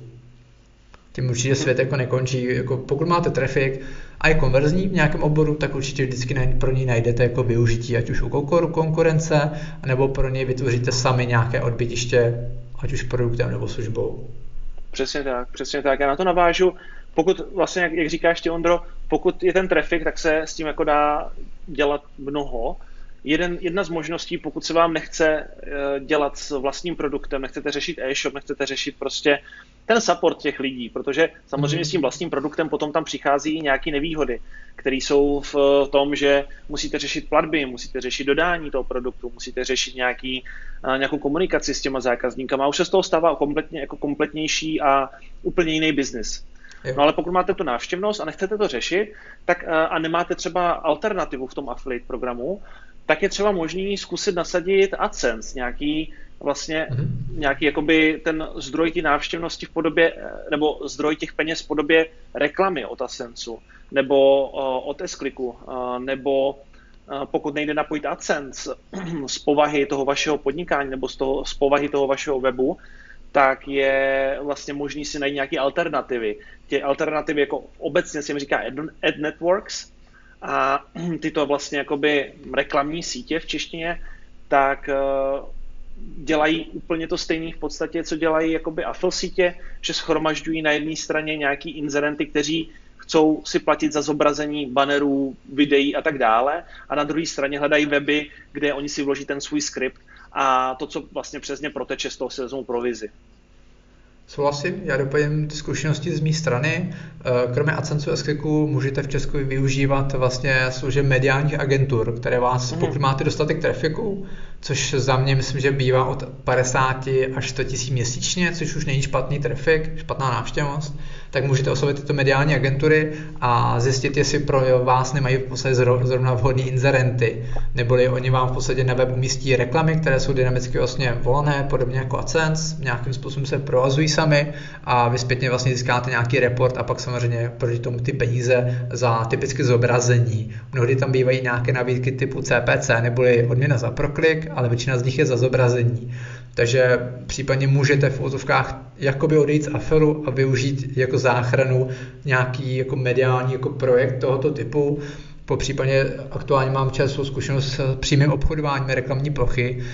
B: Tím určitě svět jako nekončí. Jako pokud máte trafik a je konverzní v nějakém oboru, tak určitě vždycky pro něj najdete jako využití, ať už u konkurence, nebo pro něj vytvoříte sami nějaké odbytiště, ať už produktem nebo službou.
A: Přesně tak, přesně tak. Já na to navážu. Pokud vlastně, jak, jak říkáš ty, Ondro, pokud je ten trafik, tak se s tím jako dá dělat mnoho. Jeden, jedna z možností, pokud se vám nechce dělat s vlastním produktem, nechcete řešit e-shop, nechcete řešit prostě ten support těch lidí, protože samozřejmě s tím vlastním produktem potom tam přichází nějaké nevýhody, které jsou v tom, že musíte řešit platby, musíte řešit dodání toho produktu, musíte řešit nějaký, nějakou komunikaci s těma zákazníkama a už se z toho stává kompletně, jako kompletnější a úplně jiný biznis. No ale pokud máte tu návštěvnost a nechcete to řešit, tak a nemáte třeba alternativu v tom affiliate programu, tak je třeba možný zkusit nasadit AdSense, nějaký vlastně mm-hmm. nějaký jakoby ten zdroj té návštěvnosti v podobě, nebo zdroj těch peněz v podobě reklamy od AdSenseu, nebo uh, od S-Clicku, uh, nebo uh, pokud nejde napojit AdSense z povahy toho vašeho podnikání nebo z, toho, z povahy toho vašeho webu, tak je vlastně možný si najít nějaké alternativy. Ty alternativy jako obecně se jim říká ad, ad networks, a tyto vlastně jakoby reklamní sítě v češtině, tak uh, dělají úplně to stejné v podstatě, co dělají jakoby affil sítě, že shromažďují na jedné straně nějaký inzerenty, kteří chcou si platit za zobrazení bannerů, videí a tak dále, a na druhé straně hledají weby, kde oni si vloží ten svůj skript a to, co vlastně přesně proteče, z toho si vezmou provizi.
B: Souhlasím, já doplním ty zkušenosti z mé strany. Kromě AdSenseu a S-Clicku můžete v Česku využívat vlastně služeb mediálních agentur, které vás, pokud máte dostatek trafiku, což za mě myslím, že bývá od padesát až sto tisíc měsíčně, což už není špatný trafik, špatná návštěvnost, tak můžete oslovit tyto mediální agentury a zjistit, jestli pro vás nemají v podstatě zrovna vhodný inzerenty, neboli oni vám v podstatě na web umístí reklamy, které jsou dynamicky vlastně volané, podobně jako AdSense, nějakým způsobem se provazují sami a vy zpětně vlastně získáte nějaký report a pak samozřejmě proti tomu ty peníze za typické zobrazení. Mnohdy tam bývají nějaké nabídky typu C P C neboli odměna za proklik, ale většina z nich je za zobrazení. Takže případně můžete v úzovkách jakoby odejít z afilu a využít jako záchranu nějaký jako mediální jako projekt tohoto typu. Po případě aktuálně mám čerstvou zkušenost s přímým obchodováním reklamní plochy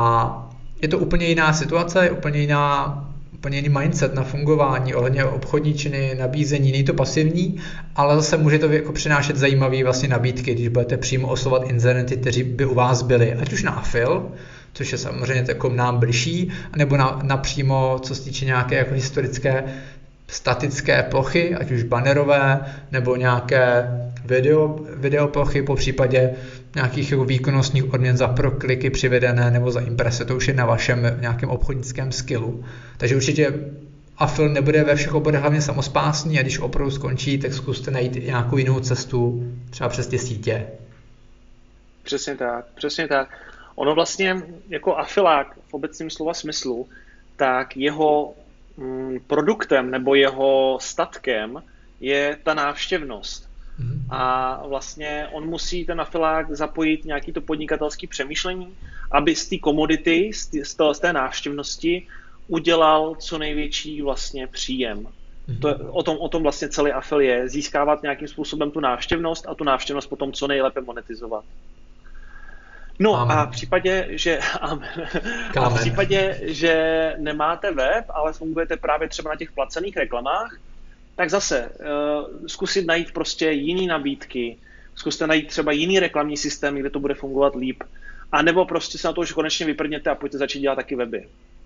B: a je to úplně jiná situace, je úplně jiná úplně jiný mindset na fungování ohledně obchodní činy, nabízení, není to pasivní, ale zase může to jako přinášet zajímavé vlastně nabídky, když budete přímo oslovovat inzerenty, kteří by u vás byli, ať už na afil, což je samozřejmě jako nám bližší, nebo na, napřímo, co se týče nějaké jako historické statické plochy, ať už bannerové, nebo nějaké video, video plochy, po případě nějakých jako výkonnostních odměn za prokliky přivedené nebo za imprese, to už je na vašem nějakém obchodnickém skillu. Takže určitě Afil nebude ve všech oborech hlavně samospásný a když opravdu skončí, tak zkuste najít nějakou jinou cestu, třeba přes ty sítě.
A: Přesně tak, přesně tak. Ono vlastně jako afilák v obecném slova smyslu, tak jeho mm, produktem nebo jeho statkem je ta návštěvnost. Mm-hmm. A vlastně on musí ten afilák zapojit nějaký to podnikatelský přemýšlení, aby z té komodity, z, z, z té návštěvnosti udělal co největší vlastně příjem. Mm-hmm. To, o, tom, o tom vlastně celý afil je, získávat nějakým způsobem tu návštěvnost a tu návštěvnost potom co nejlépe monetizovat. No amen. a v případě, že a v případě, že nemáte web, ale fungujete právě třeba na těch placených reklamách, tak zase uh, zkusit najít prostě jiný nabídky, zkuste najít třeba jiný reklamní systém, kde to bude fungovat líp, a nebo prostě se na to už konečně vyprdněte a pojďte začít dělat taky weby.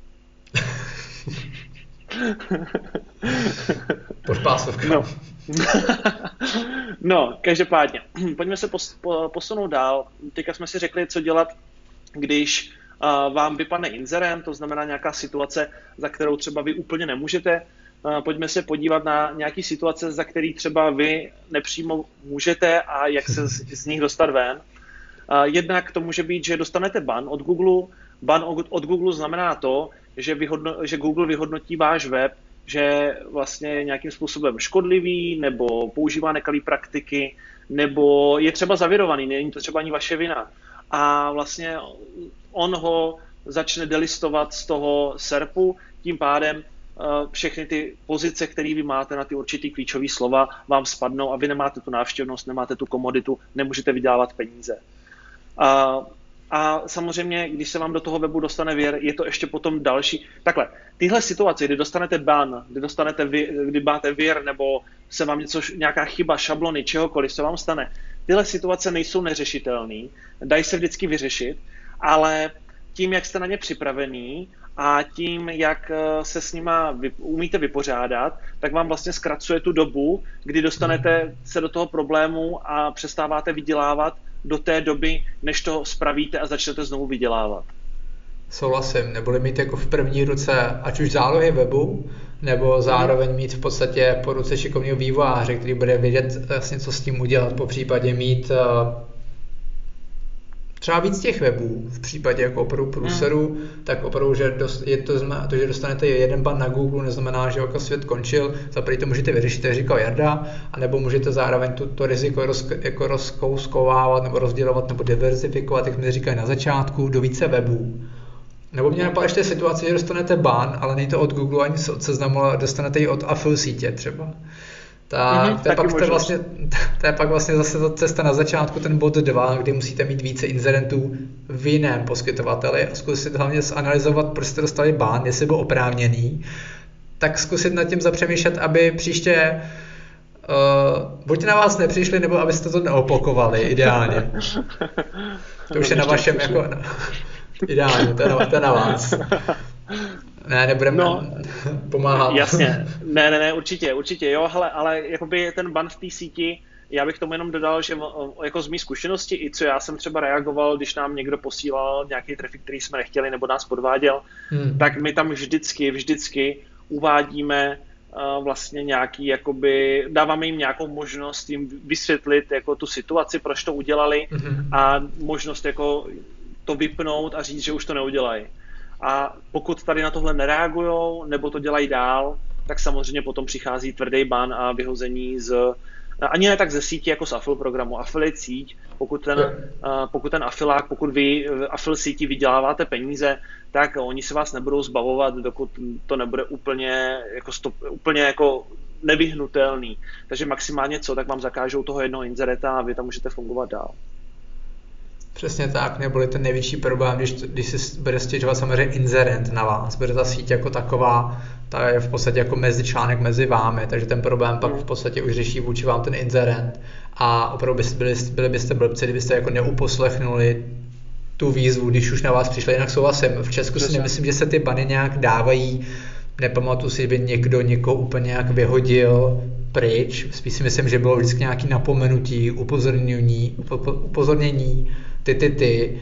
B: Podpásovka.
A: No. No, každopádně, pojďme se pos, po, posunout dál. Teďka jsme si řekli, co dělat, když uh, vám vypadne inzerent, to znamená nějaká situace, za kterou třeba vy úplně nemůžete. Uh, pojďme se podívat na nějaké situace, za který třeba vy nepřímo můžete a jak se z, z nich dostat ven. Uh, jednak to může být, že dostanete ban od Google. Ban od, od Google znamená to, že, vyhodno, že Google vyhodnotí váš web, že vlastně je nějakým způsobem škodlivý, nebo používá nekalý praktiky, nebo je třeba zavirovaný, není to třeba ani vaše vina. A vlastně on ho začne delistovat z toho serpu, tím pádem všechny ty pozice, které vy máte na ty určitý klíčové slova, vám spadnou a vy nemáte tu návštěvnost, nemáte tu komoditu, nemůžete vydělávat peníze. A A samozřejmě, když se vám do toho webu dostane vir, je to ještě potom další. Takhle, tyhle situace, kdy dostanete ban, kdy, dostanete vir, kdy máte vir, nebo se vám něco, nějaká chyba, šablony, čehokoliv se vám stane, tyhle situace nejsou neřešitelné, dají se vždycky vyřešit, ale tím, jak jste na ně připravený a tím, jak se s nima vy, umíte vypořádat, tak vám vlastně zkracuje tu dobu, kdy dostanete se do toho problému a přestáváte vydělávat do té doby, než to spravíte a začnete znovu vydělávat.
B: Souhlasím, neboli mít jako v první ruce ať už zálohy webu, nebo zároveň mít v podstatě po ruce šikovného vývojáře, který bude vědět vlastně, co s tím udělat, po případě mít uh, třeba víc těch webů, v případě jako opravdu průseru, mm. tak opravdu, že dost, je to, to, že dostanete jeden ban na Google, neznamená, že jako svět končil, za první to můžete vyřešit, jak říkal Jarda, anebo můžete zároveň to, to riziko roz, jako rozkouskovávat, nebo rozdělovat, nebo diverzifikovat, jak jsme říkali na začátku, do více webů. Nebo mě napadá ještě situace, že dostanete ban, ale není to od Google ani od Seznamu, ale dostanete ji od Afil sítě třeba. Ta, mm-hmm, to, je pak, to, je vlastně, to je pak vlastně zase ta cesta na začátku, ten bod dva, kdy musíte mít více inzerentů v jiném poskytovateli a zkusit hlavně zanalyzovat, proč jste dostali ban, jestli byl oprávněný, tak zkusit nad tím zapřemýšlet, aby příště uh, buď na vás nepřišli, nebo abyste to neopakovali, ideálně. To už je na vašem, jako, no, ideálně, to je na, to je na vás. Ne, nebudeme no, pomáhat.
A: Jasně, ne, ne, ne, určitě, určitě, jo, hele, ale jakoby ten ban v té síti, já bych tomu jenom dodal, že jako z mý zkušenosti, i co já jsem třeba reagoval, když nám někdo posílal nějaký trafik, který jsme nechtěli, nebo nás podváděl, hmm. tak my tam vždycky, vždycky uvádíme uh, vlastně nějaký, jakoby, dáváme jim nějakou možnost jim vysvětlit jako tu situaci, proč to udělali hmm. a možnost jako to vypnout a říct, že už to neudělají. A pokud tady na tohle nereagujou, nebo to dělají dál, tak samozřejmě potom přichází tvrdý ban a vyhození z, ani ne tak ze sítě jako z Afil programu. Affiliate síť, pokud ten, pokud ten afilák, pokud vy v Afil síti vyděláváte peníze, tak oni se vás nebudou zbavovat, dokud to nebude úplně jako, stop, úplně jako nevyhnutelný. Takže maximálně co, tak vám zakážou toho jednoho inzerenta a vy tam můžete fungovat dál.
B: Přesně tak, neboli ten největší problém, když, když si bude stěžovat samozřejmě inzerent na vás, bude ta síť jako taková, ta je v podstatě jako mezičlánek mezi vámi, takže ten problém pak v podstatě už řeší vůči vám ten inzerent a opravdu byste byli, byli byste blbci, kdybyste jako neuposlechnuli tu výzvu, když už na vás přišli, jinak souhlasím. V Česku si nemyslím, že se ty bany nějak dávají nepamatuju si, že by někdo někoho úplně nějak vyhodil pryč. Spíš si myslím, že bylo vždycky nějaké napomenutí, upozornění, upozornění, ty, ty, ty.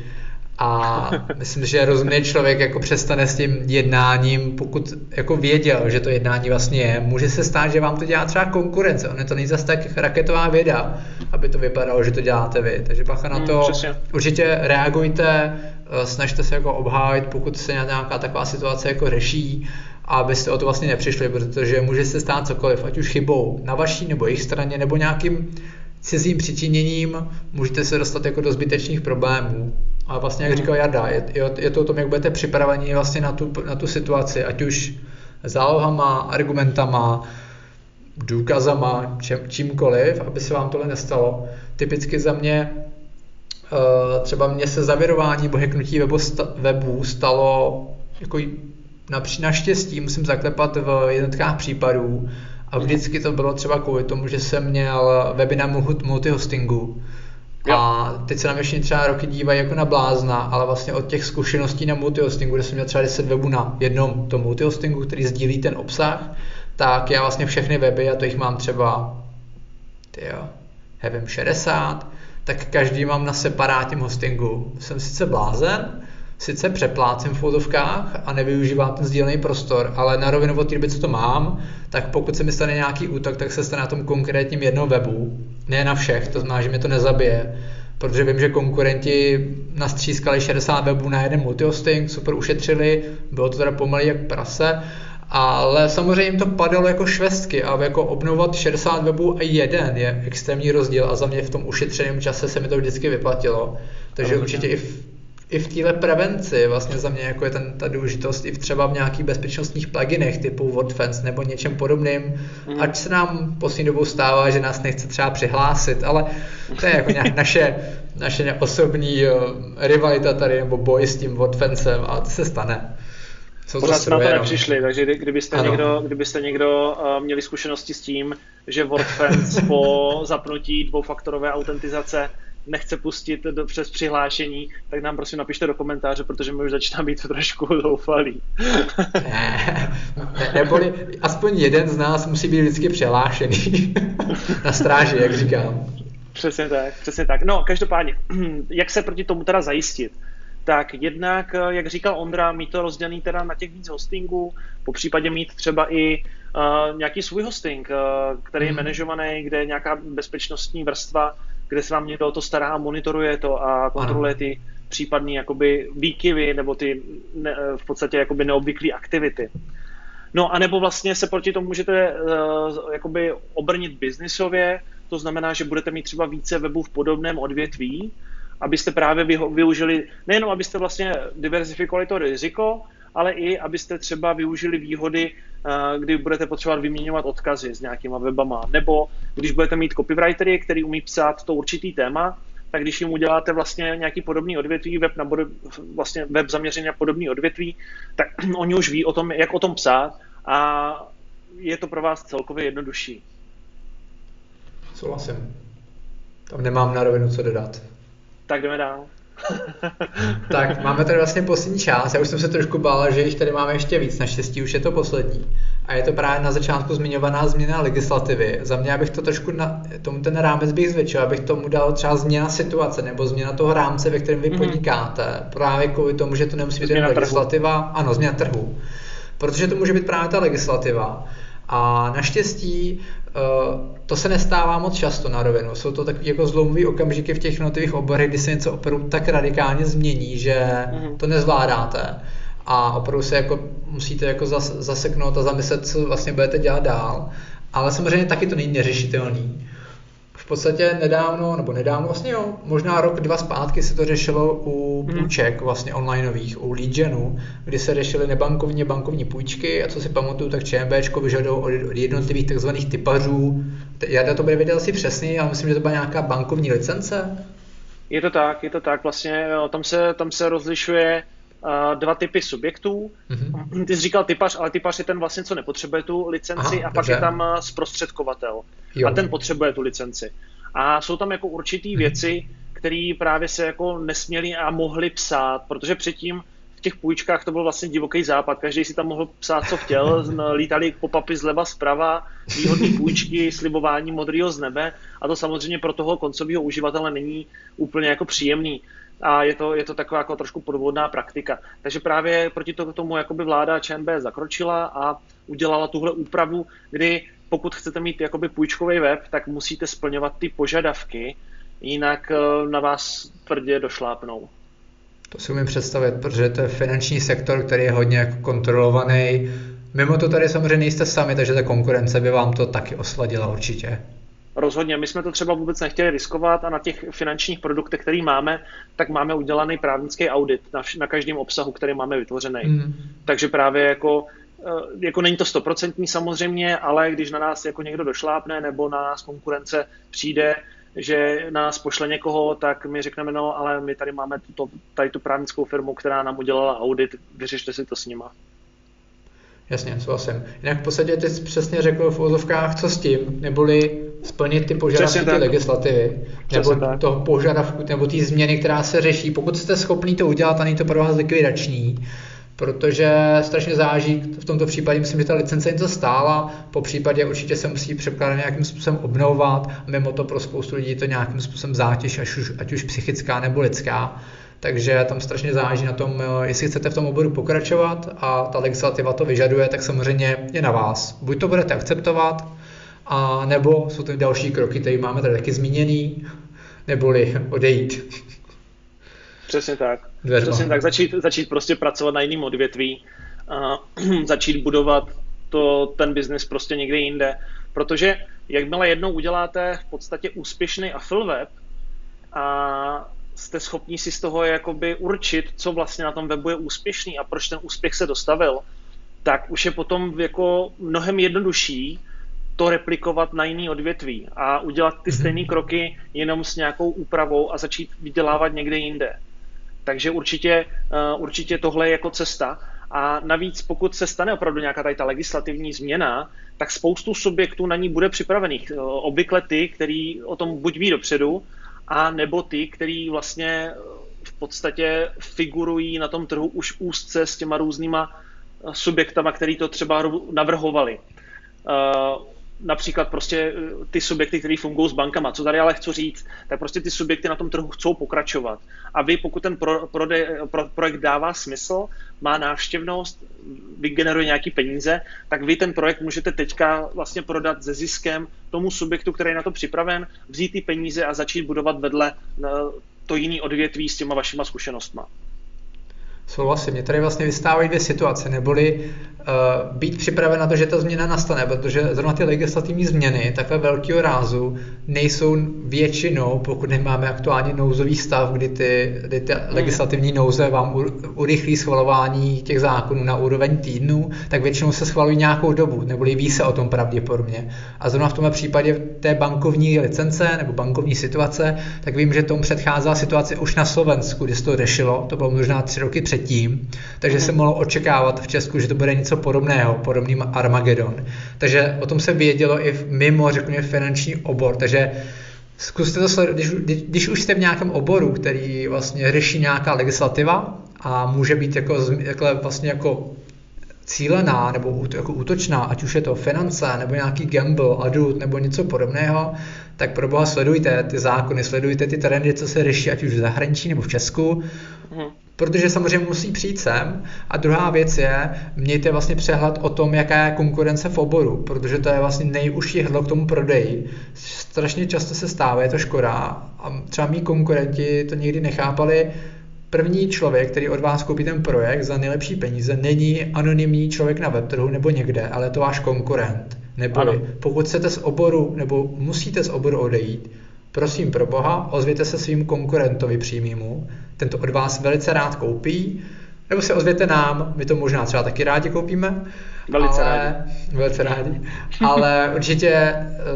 B: A myslím, že rozumný člověk jako přestane s tím jednáním, pokud jako věděl, že to jednání vlastně je. Může se stát, že vám to dělá třeba konkurence. Ono to není zase tak raketová věda, aby to vypadalo, že to děláte vy. Takže bacha na to. Mm, určitě reagujte, snažte se jako obhájit, pokud se nějaká taková situace jako řeší, abyste o to vlastně nepřišli, protože může se stát cokoliv, ať už chybou na vaší nebo jejich straně, nebo nějakým cizím přičiněním, můžete se dostat jako do zbytečných problémů. A vlastně, jak říkal Jarda, je, je to o tom, jak budete připraveni vlastně na tu, na tu situaci, ať už zálohama, argumentama, důkazama, čem, čímkoliv, aby se vám tohle nestalo. Typicky za mě, třeba mě se zavěrování nebo hacknutí webu, webu stalo jako naštěstí, musím zaklepat v jednotkách případů, a vždycky to bylo třeba kvůli tomu, že jsem měl weby na multihostingu. A teď se na mě všichni třeba roky dívají jako na blázna, ale vlastně od těch zkušeností na multihostingu, kde jsem měl třeba deset webů na jednom tom multihostingu, který sdílí ten obsah, tak já vlastně všechny weby, a to jich mám třeba tyjo, nevím, šedesát, tak každý mám na separátním hostingu. Jsem sice blázen, sice přeplácím v fotovkách a nevyužívám ten sdílený prostor, ale na rovinu od té doby, co to mám, tak pokud se mi stane nějaký útok, tak se stane na tom konkrétním jednom webu, ne na všech, to znamená, že mě to nezabije, protože vím, že konkurenti nastřískali šedesát webů na jeden multihosting, super ušetřili, bylo to teda pomalý jak prase, ale samozřejmě jim to padalo jako švestky a jako obnovovat šedesát webů a jeden je extrémní rozdíl a za mě v tom ušetřeném čase se mi to vždycky vyplatilo, takže ale určitě i v I v téhle prevenci vlastně za mě jako je ten, ta důležitost i v třeba v nějakých bezpečnostních pluginech typu WordFence nebo něčem podobným, mm. ať se nám poslední dobou stává, že nás nechce třeba přihlásit, ale to je jako nějak naše, naše osobní uh, rivalita tady nebo boj s tím WordFencem a to se stane.
A: Jsou Pořád jsme na to nepřišli, takže kdybyste ano. někdo, kdybyste někdo uh, měli zkušenosti s tím, že WordFence po zapnutí dvoufaktorové autentizace nechce pustit do, přes přihlášení, tak nám prosím napište do komentáře, protože my už začíná být trošku zoufalí.
B: ne, ne, neboli aspoň jeden z nás musí být vždycky přihlášený na stráži, jak říkám.
A: Přesně tak, přesně tak. No, každopádně, jak se proti tomu teda zajistit? Tak jednak, jak říkal Ondra, mít to rozdělený teda na těch víc hostingů, po případě mít třeba i uh, nějaký svůj hosting, uh, který je manažovaný, kde je nějaká bezpečnostní vrstva, kde se vám někdo o to stará a monitoruje to a kontroluje ty případné jakoby výkyvy nebo ty ne, v podstatě jakoby neobvyklé aktivity. No a nebo vlastně se proti tomu můžete uh, jakoby obrnit biznisově, to znamená, že budete mít třeba více webů v podobném odvětví, abyste právě využili, nejenom abyste vlastně diverzifikovali to riziko, ale i abyste třeba využili výhody, kdy budete potřebovat vyměňovat odkazy s nějakýma webama, nebo když budete mít copywritery, který umí psát to určitý téma, tak když jim uděláte vlastně nějaký podobný odvětví, web, na bod, vlastně web zaměřený na podobný odvětví, tak oni už ví o tom, jak o tom psát a je to pro vás celkově jednodušší.
B: Souhlasím. Tam nemám na rovinu co dodat.
A: Tak jdeme dál.
B: Tak, máme tady vlastně poslední část. Já už jsem se trošku bál, že jich tady máme ještě víc. Naštěstí už je to poslední. A je to právě na začátku zmiňovaná změna legislativy. Za mě, abych to trošku na tomu ten rámec bych zvětšil, abych tomu dal třeba změna situace nebo změna toho rámce, ve kterém vy podnikáte. Mm-hmm. Právě kvůli tomu, že to nemusí být legislativa. Ano, změna trhu. Protože to může být právě ta legislativa. A naštěstí to se nestává moc často na rovinu. Jsou to takové jako zlomové okamžiky v těch jednotlivých oborech, kdy se něco opravdu tak radikálně změní, že to nezvládáte. A opravdu se jako musíte jako zas, zaseknout a zamyslet, co vlastně budete dělat dál. Ale samozřejmě taky to není neřešitelný. V podstatě nedávno, nebo nedávno vlastně jo, možná rok, dva zpátky se to řešilo u půjček vlastně onlineových, u Legionu, kdy se řešily nebankovní bankovní půjčky a co si pamatuju, tak ČMBčko vyžadou od jednotlivých takzvaných typařů. Já to bude vědět asi přesně, ale myslím, že to byla nějaká bankovní licence.
A: Je to tak, je to tak, vlastně tam se, tam se rozlišuje uh, dva typy subjektů. Mm-hmm. Ty jsi říkal typař, ale typař je ten vlastně, co nepotřebuje tu licenci. Aha, a pak dobře. Je tam zprostředkovatel. Jo. A ten potřebuje tu licenci. A jsou tam jako určitý věci, které právě se jako nesměly a mohly psát, protože předtím v v těch půjčkách to byl vlastně divoký západ, každý si tam mohl psát, co chtěl, lítali pop-upy zleva zprava, výhodné půjčky, slibování modrýho z nebe a to samozřejmě pro toho koncového uživatele není úplně jako příjemný. A je to, je to taková jako trošku podvodná praktika. Takže právě proti tomu jakoby vláda ČNB zakročila a udělala tuhle úpravu, kdy pokud chcete mít jakoby půjčkový web, tak musíte splňovat ty požadavky, jinak na vás tvrdě došlápnou.
B: To si umím představit, protože to je finanční sektor, který je hodně jako kontrolovaný. Mimo to tady samozřejmě nejste sami, takže ta konkurence by vám to taky osladila určitě.
A: Rozhodně, my jsme to třeba vůbec nechtěli riskovat a na těch finančních produktech, který máme, tak máme udělaný právnický audit na, na každém obsahu, který máme vytvořený. Mm. Takže právě jako, jako není to stoprocentní samozřejmě, ale když na nás jako někdo došlápne nebo na nás konkurence přijde, že na nás pošle někoho, tak my řekneme, no, ale my tady máme tuto, tady tu právnickou firmu, která nám udělala audit, vyřešte si to s nima.
B: Jasně, souhlasím. Jinak v podstatě ty jsi přesně řekl v uvozovkách, co s tím, neboli splnit ty požadavky ty legislativy, nebo toho požadavku, nebo ty změny, která se řeší. Pokud jste schopný to udělat, a není to pro vás likvidační, protože strašně záží, v tomto případě myslím, že ta licence něco stála, po případě určitě se musí překládat nějakým způsobem obnovovat, a mimo to pro spoustu lidí to nějakým způsobem zátěž, ať už, ať už psychická nebo lidská. Takže tam strašně záleží na tom, jestli chcete v tom oboru pokračovat a ta legislativa to vyžaduje, tak samozřejmě je na vás. Buď to budete akceptovat, a nebo jsou to další kroky, které máme tady taky zmíněný, neboli odejít.
A: Přesně tak. Dveřma. Přesně tak. Začít, začít prostě pracovat na jiném odvětví, a začít budovat to, ten biznis prostě někde jinde. Protože jakmile jednou uděláte v podstatě úspěšný affiliate web a jste schopni si z toho jakoby určit, co vlastně na tom webu je úspěšný a proč ten úspěch se dostavil, tak už je potom jako mnohem jednodušší to replikovat na jiný odvětví a udělat ty stejné kroky jenom s nějakou úpravou a začít vydělávat někde jinde. Takže určitě, určitě tohle je jako cesta. A navíc, pokud se stane opravdu nějaká tady ta legislativní změna, tak spoustu subjektů na ní bude připravených. Obvykle ty, který o tom buď ví dopředu, a nebo ty, který vlastně v podstatě figurují na tom trhu už úzce s těma různýma subjektama, který to třeba navrhovali. Například prostě ty subjekty, které fungují s bankama. Co tady ale chci říct, tak prostě ty subjekty na tom trhu chcou pokračovat. A vy, pokud ten pro, prode, pro, projekt dává smysl, má návštěvnost, vygeneruje nějaký peníze, tak vy ten projekt můžete teďka vlastně prodat se ziskem tomu subjektu, který je na to připraven, vzít ty peníze a začít budovat vedle to jiný odvětví s těma vašima zkušenostma.
B: Souhlasím, mě tady vlastně vystávají dvě situace, neboli uh, být připraven na to, že ta změna nastane, protože zrovna ty legislativní změny takhle velkého rázu nejsou většinou, pokud nemáme aktuálně nouzový stav, kdy ty, kdy ty legislativní nouze vám urychlí schvalování těch zákonů na úroveň týdnů, tak většinou se schvalují nějakou dobu, neboli ví se o tom pravděpodobně. A zrovna v tomhle případě té bankovní licence nebo bankovní situace, tak vím, že tomu předcházela situace už na Slovensku, kdy se to řešilo, to bylo možná tři roky předtím. Tím, takže se mohlo očekávat v Česku, že to bude něco podobného, podobný Armagedon. Takže o tom se vědělo i mimo, řekněme, finanční obor. Takže zkuste to sledovat, když, když už jste v nějakém oboru, který vlastně řeší nějaká legislativa a může být jako, jako, vlastně jako cílená nebo jako útočná, ať už je to finance nebo nějaký gamble, adult nebo něco podobného, tak pro boha sledujte ty zákony, sledujte ty trendy, co se řeší, ať už v zahraničí nebo v Česku. Mm. Protože samozřejmě musí přijít sem. A druhá věc je, mějte vlastně přehled o tom, jaká je konkurence v oboru, protože to je vlastně nejužší hrdlo k tomu prodeji. Strašně často se stává, je to škoda. A třeba mý konkurenti to nikdy nechápali. První člověk, který od vás koupí ten projekt za nejlepší peníze, není anonymní člověk na webtrhu nebo někde, ale je to váš konkurent. Neboli pokud chcete z oboru nebo musíte z oboru odejít, prosím pro boha, ozvěte se svým konkurentovi přímému, ten to od vás velice rád koupí, nebo se ozvěte nám, my to možná třeba taky rádi koupíme.
A: Velice
B: ale,
A: rádi.
B: Velice rádi. Ale určitě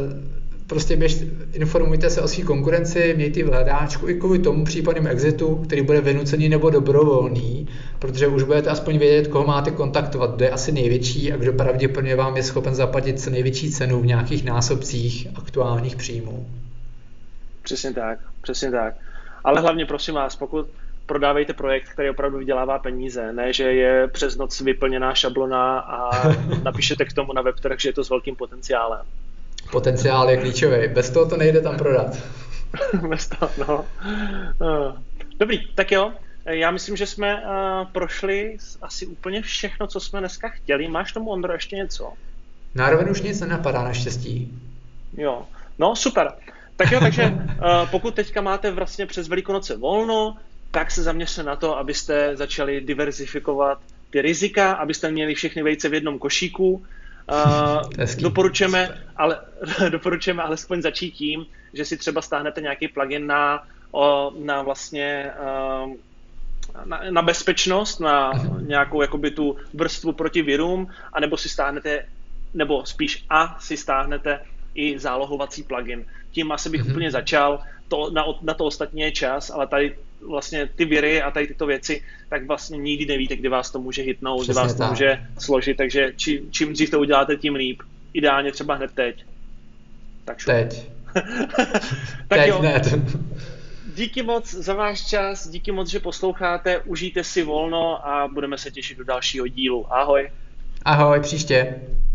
B: prostě běž, informujte se o svý konkurenci, mějte v hledáčku i kvůli tomu případným exitu, který bude vynucený nebo dobrovolný, protože už budete aspoň vědět, koho máte kontaktovat, kdo je asi největší a kdo pravděpodobně vám je schopen zaplatit co největší cenu v nějakých násobcích aktuálních příjmů.
A: Přesně tak, přesně tak. Ale hlavně prosím vás, pokud prodávejte projekt, který opravdu vydělává peníze, ne, že je přes noc vyplněná šablona a napíšete k tomu na webtrh, že je to s velkým potenciálem.
B: Potenciál je klíčový, bez toho to nejde tam prodat.
A: Bez toho, no. Dobrý, tak jo. Já myslím, že jsme uh, prošli asi úplně všechno, co jsme dneska chtěli. Máš tomu, Ondro, ještě něco?
B: Nároveň už nic nenapadá, naštěstí.
A: Jo, no super. Tak jo, takže uh, pokud teďka máte vlastně přes Velikonoce volno, tak se zaměřte na to, abyste začali diverzifikovat ty rizika, abyste měli všechny vejce v jednom košíku. Uh, doporučujeme, ale, doporučujeme alespoň začít tím, že si třeba stáhnete nějaký plugin na, o, na vlastně uh, na, na bezpečnost, na nějakou jakoby tu vrstvu proti virům, anebo si stáhnete, nebo spíš a si stáhnete i zálohovací plugin. Tím asi bych mm-hmm. úplně začal, to, na, na to ostatní je čas, ale tady vlastně ty viry a tady tyto věci, tak vlastně nikdy nevíte, kdy vás to může hitnout, kdy vás to tak. může složit, takže či, čím dřív to uděláte, tím líp. Ideálně třeba hned teď. Tak šup.
B: Teď.
A: Tak
B: teď
A: jo.
B: hned.
A: Díky moc za váš čas, díky moc, že posloucháte, užijte si volno a budeme se těšit do dalšího dílu. Ahoj.
B: Ahoj, příště.